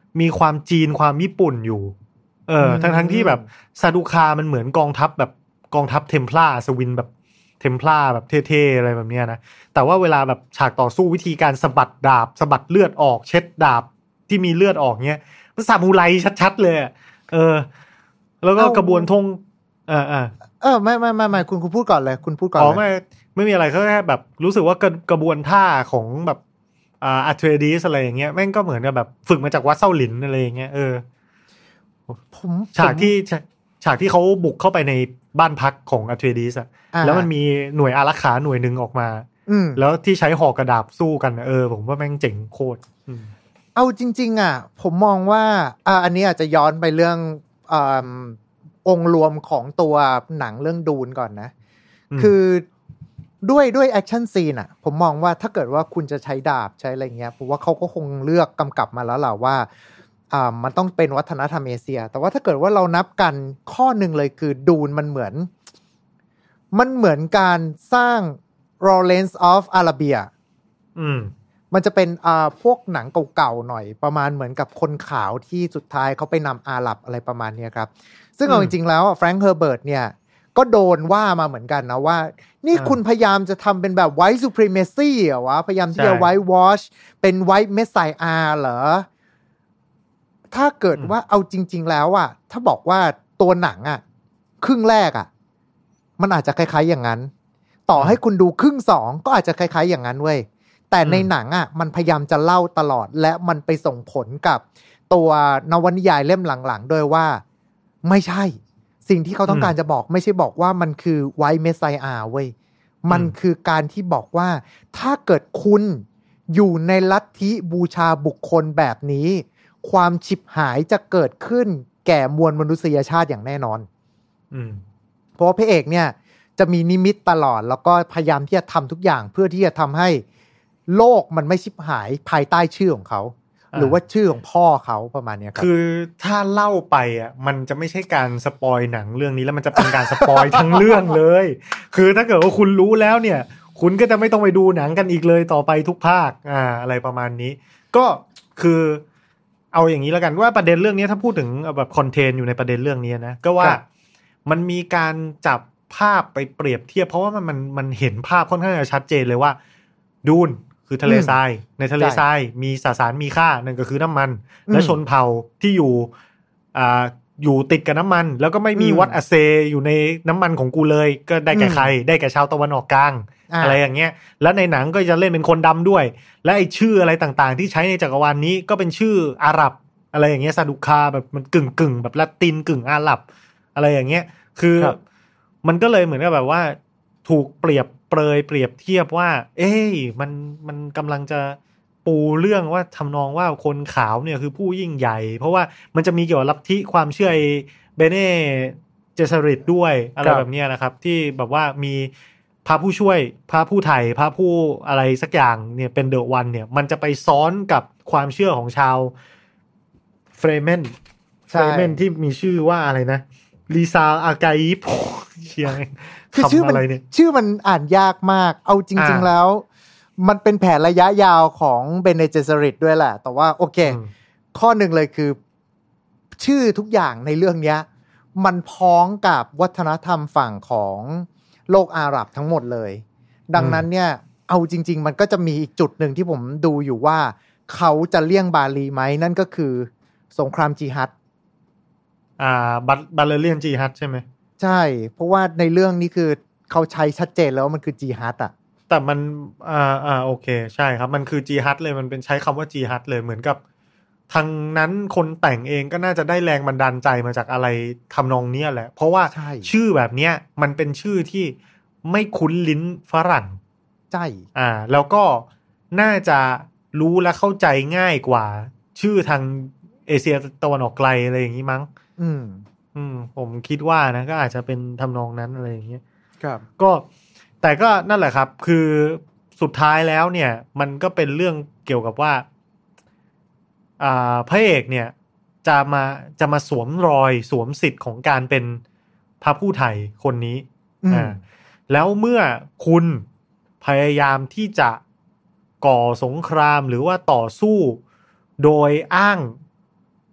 Speaker 3: มีความจีนความญี่ปุ่นอยู่เออทั้งทั้งที่แบบซาดูคามันเหมือนกองทัพแบบกองทัพเทมพลาสวินแบบเทมพลาแบบเท่ๆอะไรแบบเนี้ยนะแต่ว่าเวลาแบบฉากต่อสู้วิธีการสะบัดดาบสะบัดเลือดออกเช็ดดาบที่มีเลือดออกเนี้ยมันซามูไรชัดๆเลยเออแล้วก็กระบวนทงเออเออ
Speaker 4: เออไม่ไม่ไม่ไม่คุณคุณพูดก่อนเลยคุณพูดก่อน
Speaker 3: อ๋อไม่ไม่มีอะไรแค่แบบรู้สึกว่ากระกระบวนท่าของแบบอ่าอาร์เทรดิสอะไรอย่างเงี้ยแม่งก็เหมือนกับแบบฝึกมาจากวัดเซาหลินอะไรอย่างเงี้ยเออ
Speaker 4: ผม
Speaker 3: ฉากที่ฉากที่เขาบุกเข้าไปในบ้านพักของอาร์เทรดิสอ่ะแล้วมันมีหน่วยอารักขาหน่วยนึงออกมาแล้วที่ใช้หอกกระดาบสู้กันเออผมว่าแม่งเจ๋งโคตร
Speaker 4: เอาจริงๆอ่ะผมมองว่าอ่าอันนี้อาจจะย้อนไปเรื่องอ่าองค์รวมของตัวหนังเรื่องดูนก่อนนะคือด้วยด้วยแอคชั่นซีนอ่ะผมมองว่าถ้าเกิดว่าคุณจะใช้ดาบใช้อะไรเงี้ยผมว่าเขาก็คงเลือกกำกับมาแล้วแหละว่าอ่ามันต้องเป็นวัฒนธรรมเอเชียแต่ว่าถ้าเกิดว่าเรานับกันข้อหนึ่งเลยคือดูนมันเหมือนมันเหมือนการสร้าง Lawrence of Arabia
Speaker 3: อืม
Speaker 4: มันจะเป็นอ่าพวกหนังเก่าๆหน่อยประมาณเหมือนกับคนขาวที่สุดท้ายเขาไปนำอาหรับอะไรประมาณนี้ครับซึ่งเอาจริงๆแล้วแฟรงค์เฮอร์เบิร์ตเนี่ยก็โดนว่ามาเหมือนกันนะว่านี่คุณพยายามจะทำเป็นแบบ white supremacy เหรอวะพยายามที่จะ white wash เป็น white messiah เหรอถ้าเกิดว่าเอาจริงๆแล้วอ่ะถ้าบอกว่าตัวหนังอ่ะครึ่งแรกอ่ะมันอาจจะคล้ายๆอย่างนั้นต่อให้คุณดูครึ่งสองก็อาจจะคล้ายๆอย่างนั้นเว้ยแต่ในหนังอ่ะมันพยายามจะเล่าตลอดและมันไปส่งผลกับตัวนวนิยายเล่มหลังๆด้วยว่าไม่ใช่สิ่งที่เขาต้องการจะบอกไม่ใช่บอกว่ามันคือไวท์เมสไซอาเว้ยมันคือการที่บอกว่าถ้าเกิดคุณอยู่ในลัทธิบูชาบุคคลแบบนี้ความฉิบหายจะเกิดขึ้นแก่มวลมนุษยชาติอย่างแน่นอน
Speaker 3: อืม
Speaker 4: เพราะว่าพระเอกเนี่ยจะมีนิมิตตลอดแล้วก็พยายามที่จะทำทุกอย่างเพื่อที่จะทำให้โลกมันไม่ฉิบหายภายใต้ชื่อของเขาหรือว่าชื่อของพ่อเขาประมาณนี้ครับ
Speaker 3: คือถ้าเล่าไปอ่ะมันจะไม่ใช่การสปอยหนังเรื่องนี้แล้วมันจะเป็นการสปอยทั้งเรื่องเลยคือถ้าเกิดว่าคุณรู้แล้วเนี่ยคุณก็จะไม่ต้องไปดูหนังกันอีกเลยต่อไปทุกภาคอ่าอะไรประมาณนี้ก็คือเอาอย่างนี้แล้วกันว่าประเด็นเรื่องนี้ถ้าพูดถึงแบบคอนเทนต์อยู่ในประเด็นเรื่องนี้นะก็ว่ามันมีการจับภาพไปเปรียบเทียบเพราะว่ามันมันมันเห็นภาพค่อนข้างจะชัดเจนเลยว่าดูนคือทะเลทรายในทะเลทรายมีสสารมีค่านั่นก็คือน้ำมันและชนเผ่าที่อยู่อ่าอยู่ติดกับน้ำมันแล้วก็ไม่มีวัดอเซอยู่ในน้ำมันของกูเลยก็ได้แก่ใครได้แก่ชาวตะวันออกกลาง อ, อะไรอย่างเงี้ยแล้วในหนังก็จะเล่นเป็นคนดำด้วยและไอ้ชื่ออะไรต่างๆที่ใช้ในจักรวาล น, นี้ก็เป็นชื่ออาหรับอะไรอย่างเงี้ยซาดุคาแบบมันกึ่งๆแบบละตินกึ่งอาหรับอะไรอย่างเงี้ยคือมันก็เลยเหมือนกับแบบว่าถูกเปรียบเปรยเปรียบเทียบว่าเอ้ยมันมันกำลังจะปูเรื่องว่าทำนองว่าคนขาวเนี่ยคือผู้ยิ่งใหญ่เพราะว่ามันจะมีเกี่ยวกับลัทธิความเชื่อเบเน่เจสริตด้วยอะไรแบบนี้นะครับที่แบบว่ามีพระผู้ช่วยพระผู้ไถ่พระผู้อะไรสักอย่างเนี่ยเป็นเดอะวันเนี่ยมันจะไปซ้อนกับความเชื่อของชาวเฟรเมนเฟรเมนที่มีชื่อว่าอะไรนะลิซาอากาอิฟเชียง
Speaker 4: คือชื่อมันชื่อมันอ่านยากมากเอาจริงๆแล้วมันเป็นแผนระยะยาวของเบเนเจสริตด้วยแหละแต่ว่าโอเคข้อหนึ่งเลยคือชื่อทุกอย่างในเรื่องนี้มันพ้องกับวัฒนธรรมฝั่งของโลกอาหรับทั้งหมดเลยดังนั้นเนี่ยเอาจริงๆมันก็จะมีอีกจุดหนึ่งที่ผมดูอยู่ว่าเขาจะเลี่ยงบาลีไหมนั่นก็คือสงครามจิฮัด
Speaker 3: อ่าบัตบาเลเรียนจิฮัดใช่ไหม
Speaker 4: ใช่เพราะว่าในเรื่องนี้คือเขาใช้ชัดเจนแล้วมันคือจิฮัดอ่ะ
Speaker 3: แต่มันอ่าอ่าโอเคใช่ครับมันคือจิฮัดเลยมันเป็นใช้คำว่าจิฮัดเลยเหมือนกับทางนั้นคนแต่งเองก็น่าจะได้แรงบันดาลใจมาจากอะไรทำนองนี้แหละเพราะว่าชื่อแบบเนี้ยมันเป็นชื่อที่ไม่คุ้นลิ้นฝรั่ง
Speaker 4: ใช่
Speaker 3: อ่าแล้วก็น่าจะรู้และเข้าใจง่ายกว่าชื่อทางเอเชียตะวันออกไกลอะไรอย่างนี้มั้ง
Speaker 4: อืม
Speaker 3: อืมผมคิดว่านะก็อาจจะเป็นทำนองนั้นอะไรอย่างเงี้ย
Speaker 4: ครับ
Speaker 3: ก็แต่ก็นั่นแหละครับคือสุดท้ายแล้วเนี่ยมันก็เป็นเรื่องเกี่ยวกับว่าอ่าพระเอกเนี่ยจะมาจะมาสวมรอยสวมสิทธิ์ของการเป็นพระผู้ไถ่คนนี้อ่าแล้วเมื่อคุณพยายามที่จะก่อสงครามหรือว่าต่อสู้โดยอ้าง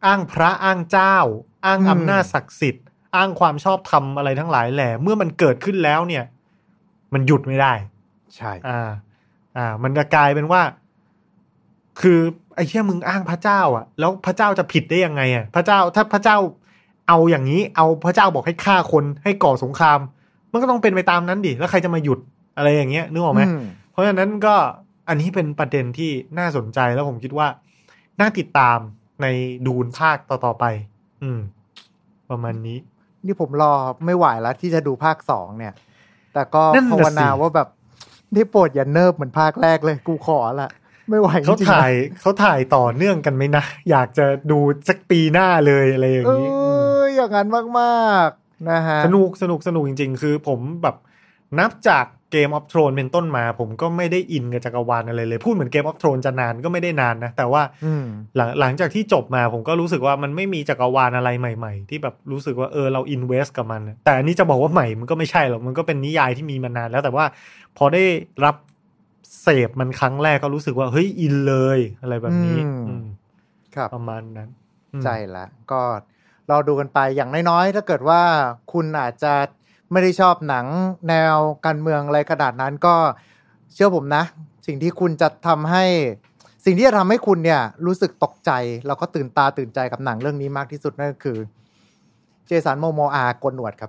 Speaker 3: อ้างพระอ้างเจ้าอ้างอำนาจศักดิ์สิทธิ์อ้างความชอบธรรมอะไรทั้งหลายแหล่เมื่อมันเกิดขึ้นแล้วเนี่ยมันหยุดไม่ได้
Speaker 4: ใช่
Speaker 3: อ่าอ่ามันจะกลายเป็นว่าคือไอ้เหี้ยมึงอ้างพระเจ้าอ่ะแล้วพระเจ้าจะผิดได้ยังไงอ่ะพระเจ้าถ้าพระเจ้าเอาอย่างนี้เอาพระเจ้าบอกให้ฆ่าคนให้ก่อสงครามมันก็ต้องเป็นไปตามนั้นดิแล้วใครจะมาหยุดอะไรอย่างเงี้ยนึกออกไหมเพราะฉะนั้นก็อันนี้เป็นประเด็นที่น่าสนใจแล้วผมคิดว่าน่าติดตามในดูนภาคต่อๆไปอืมประมาณนี้
Speaker 4: นี่ผมรอไม่ไหวแล้วที่จะดูภาคสองเนี่ยแต่ก็ภาวนาว่าแบบได้โปรดอย่าเนิบเหมือนภาคแรกเลยกูขอละไม่ไหวจริงๆ
Speaker 3: เขาถ่ายเขาถ่ายต่อเนื่องกันไหมนะอยากจะดูสักปีหน้าเลยอะไรอย่างนี้
Speaker 4: เอออย่างนั้นมากๆนะฮะ
Speaker 3: สนุกสนุกสนุกจริงๆคือผมแบบนับจาก Game of Thrones เป็นต้นมาผมก็ไม่ได้อินกับจักรวาลอะไรเลยพูดเหมือน Game of Thrones จะนานก็ไม่ได้นานนะแต่ว่าหลังหลังจากที่จบมาผมก็รู้สึกว่ามันไม่มีจักรวาลอะไรใหม่ๆที่แบบรู้สึกว่าเออเราอินเวสกับมันแต่อันนี้จะบอกว่าใหม่มันก็ไม่ใช่หรอกมันก็เป็นนิยายที่มีมานานแล้วแต่ว่าพอได้รับเสพมันครั้งแรกก็รู้สึกว่าเฮ้ยอินเลยอะไรแบบนี้
Speaker 4: ครับ
Speaker 3: ประมาณนั้น
Speaker 4: ใช่ละก็เราดูกันไปอย่างน้อยๆถ้าเกิดว่าคุณอาจจะไม่ได้ชอบหนังแนวการเมืองอะไรขนาดนั้นก็เชื่อผมนะสิ่งที่คุณจะทำให้สิ่งที่จะทำให้คุณเนี่ยรู้สึกตกใจแล้วก็ตื่นตาตื่นใจกับหนังเรื่องนี้มากที่สุดนั่นก็คือเจสันโมโมอาโกนหนวดครับ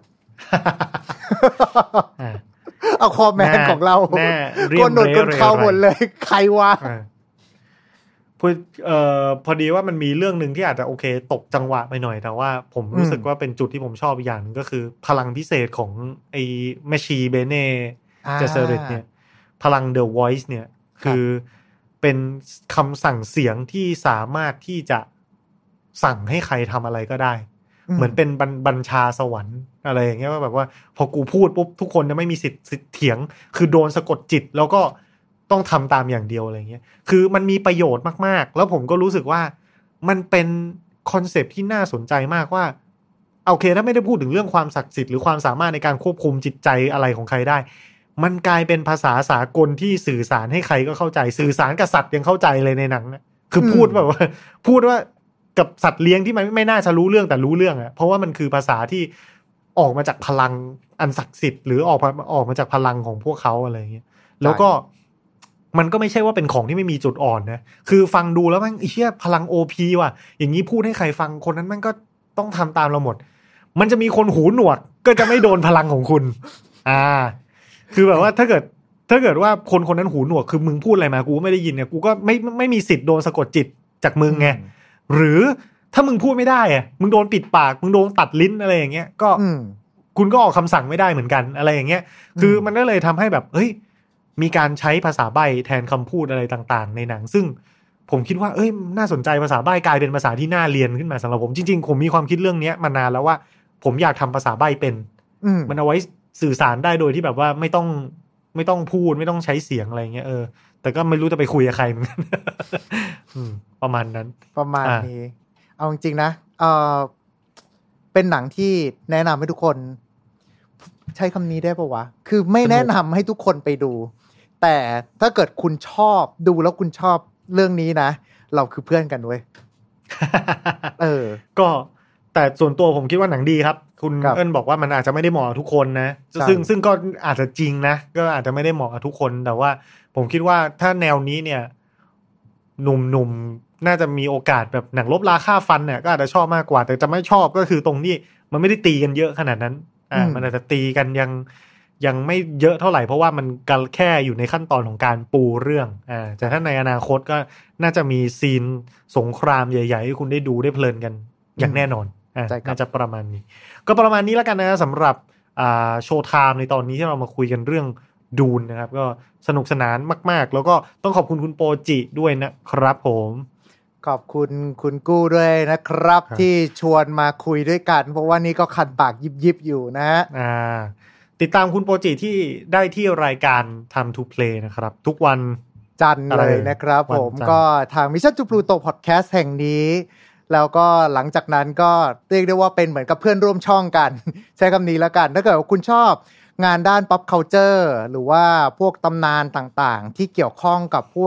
Speaker 4: เอาคอมแมนของเราโกนหนวดโกนเขาหมดเลยใครวะ
Speaker 3: พูดเอ่อพอดีว่ามันมีเรื่องนึงที่อาจจะโอเคตกจังหวะไปหน่อยแต่ว่าผมรู้สึกว่าเป็นจุดที่ผมชอบอีกอย่างนึงก็คือพลังพิเศษของไอ้แมชชีเบเน่เจเซเรตเนี่ยพลัง The Voice เนี่ยคือเป็นคำสั่งเสียงที่สามารถที่จะสั่งให้ใครทำอะไรก็ได้เหมือนเป็นบัญชาสวรรค์อะไรอย่างเงี้ยว่าแบบว่าพอกูพูดปุ๊บทุกคนจะไม่มีสิทธิ์เถียงคือโดนสะกดจิตแล้วก็ต้องทำตามอย่างเดียวอะไรเงี้ยคือมันมีประโยชน์มากๆแล้วผมก็รู้สึกว่ามันเป็นคอนเซปต์ที่น่าสนใจมากว่าโอเคถ้าไม่ได้พูดถึงเรื่องความศักดิ์สิทธิ์หรือความสามารถในการควบคุมจิตใจอะไรของใครได้มันกลายเป็นภาษาสากลที่สื่อสารให้ใครก็เข้าใจสื่อสารกับสัตว์ยังเข้าใจเลยในหนังนะคือพูดแบบว่าพูดว่ากับสัตว์เลี้ยงที่มันไม่น่าจะรู้เรื่องแต่รู้เรื่องอ่ะเพราะว่ามันคือภาษาที่ออกมาจากพลังอันศักดิ์สิทธิ์หรือออกมาออกมาจากพลังของพวกเขาอะไรเงี้ยแล้วก็มันก็ไม่ใช่ว่าเป็นของที่ไม่มีจุดอ่อนนะคือฟังดูแล้วมันเหี้ยพลัง โอ พี ว่ะอย่างนี้พูดให้ใครฟังคนนั้นมันก็ต้องทำตามเราหมดมันจะมีคนหูหนวกก็จะไม่โดนพลังของคุณอ่าคือแบบว่าถ้าเกิดถ้าเกิดว่าคนคนนั้นหูหนวกคือมึงพูดอะไรมากูไม่ได้ยินเนี่ยกูก็ไม่ไม่มีสิทธิ์โดนสะกดจิตจากมึงไงหรือถ้ามึงพูดไม่ได้อ่ะมึงโดนปิดปากมึงโดนตัดลิ้นอะไรอย่างเงี้ยก็คุณก็ออกคำสั่งไม่ได้เหมือนกันอะไรอย่างเงี้ยคือมันก็เลยทำให้แบบเฮ้ยมีการใช้ภาษาใบ้แทนคำพูดอะไรต่างๆในหนังซึ่งผมคิดว่าเอ้ยน่าสนใจภาษาใบ้กลายเป็นภาษาที่น่าเรียนขึ้นมาสำหรับผมจริงๆผมมีความคิดเรื่องนี้มานานแล้วว่าผมอยากทำภาษาใบ้เป็นมันเอาไว้สื่อสารได้โดยที่แบบว่าไม่ต้องไม่ต้องพูดไม่ต้องใช้เสียงอะไรเงี้ยเออแต่ก็ไม่รู้จะไปคุยกับใครเหมือนกันประมาณนั้น
Speaker 4: ประมาณนี้เอาจริงๆนะเออเป็นหนังที่แนะนำให้ทุกคนใช้คำนี้ได้ปะวะคือไม่แนะนำให้ทุกคนไปดูแต่ถ้าเกิดคุณชอบดูแล้วคุณชอบเรื่องนี้นะเราคือเพื่อนกันเว้ย เออ
Speaker 3: ก็แต่ส่วนตัวผมคิดว่าหนังดีครับคุณเอิญบอกว่ามันอาจจะไม่ได้เหมาะกับทุกคนนะซึ่งซึ่งก็อาจจะจริงนะก็อาจจะไม่ได้เหมาะกับทุกคนแต่ว่าผมคิดว่าถ้าแนวนี้เนี่ยหนุ่มๆน่าจะมีโอกาสแบบหนังลบราฆ่าฟันเนี่ยก็อาจจะชอบมากกว่าแต่จะไม่ชอบก็คือตรงนี้มันไม่ได้ตีกันเยอะขนาดนั้นอ่ามันอาจจะตีกันยังยังไม่เยอะเท่าไหร่เพราะว่ามันแค่อยู่ในขั้นตอนของการปูเรื่องอ่าแต่ถ้าในอนาคตก็น่าจะมีซีนสงครามใหญ่ๆให้คุณได้ดูได้เพลินกันอย่างแน่นอนอ่าน่าจะประมาณนี้ก็ประมาณนี้แล้วกันนะสำหรับอ่าโชว์ไทม์ในตอนนี้ที่เรามาคุยกันเรื่องดูนนะครับก็สนุกสนานมากๆแล้วก็ต้องขอบคุณคุณโปจิด้วยนะครับผม
Speaker 4: ขอบคุณคุณกู้ด้วยนะครับที่ชวนมาคุยด้วยกันเพราะว่านี่ก็คันปากยิบๆอยู่นะฮะ
Speaker 3: อ่าติดตามคุณโปจิที่ได้ที่รายการ Time to Play นะครับทุกวัน
Speaker 4: จันทร์เลยนะครับผมก็ทาง Mission to Pluto Podcast แห่งนี้แล้วก็หลังจากนั้นก็เรียกได้ว่าเป็นเหมือนกับเพื่อนร่วมช่องกันใช้คำนี้แล้วกันถ้าเกิดว่าคุณชอบงานด้าน pop culture หรือว่าพวกตำนานต่างๆที่เกี่ยวข้องกับพวก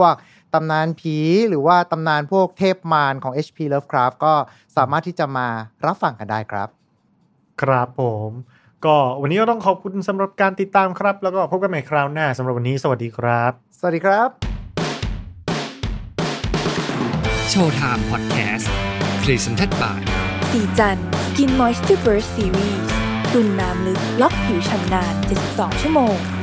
Speaker 4: ตำนานผีหรือว่าตำนานพวกเทพมารของ เอช พี Lovecraft ก็สามารถที่จะมารับฟังกันได้ครับ
Speaker 3: ครับผมก็วันนี้ก็ต้องขอบคุณสำหรับการติดตามครับแล้วก็พบกันใหม่คราวหน้าสำหรับวันนี้สวัสดีครับ
Speaker 4: สวัสดีครับ
Speaker 1: โชว์ไทม์พอดแคสต์ Presented by
Speaker 2: สีจัน Skin Moisture Burst Series ตุ่นน้ำลึกล็อกผิวชำนานเจ็ดสิบสองชั่วโมง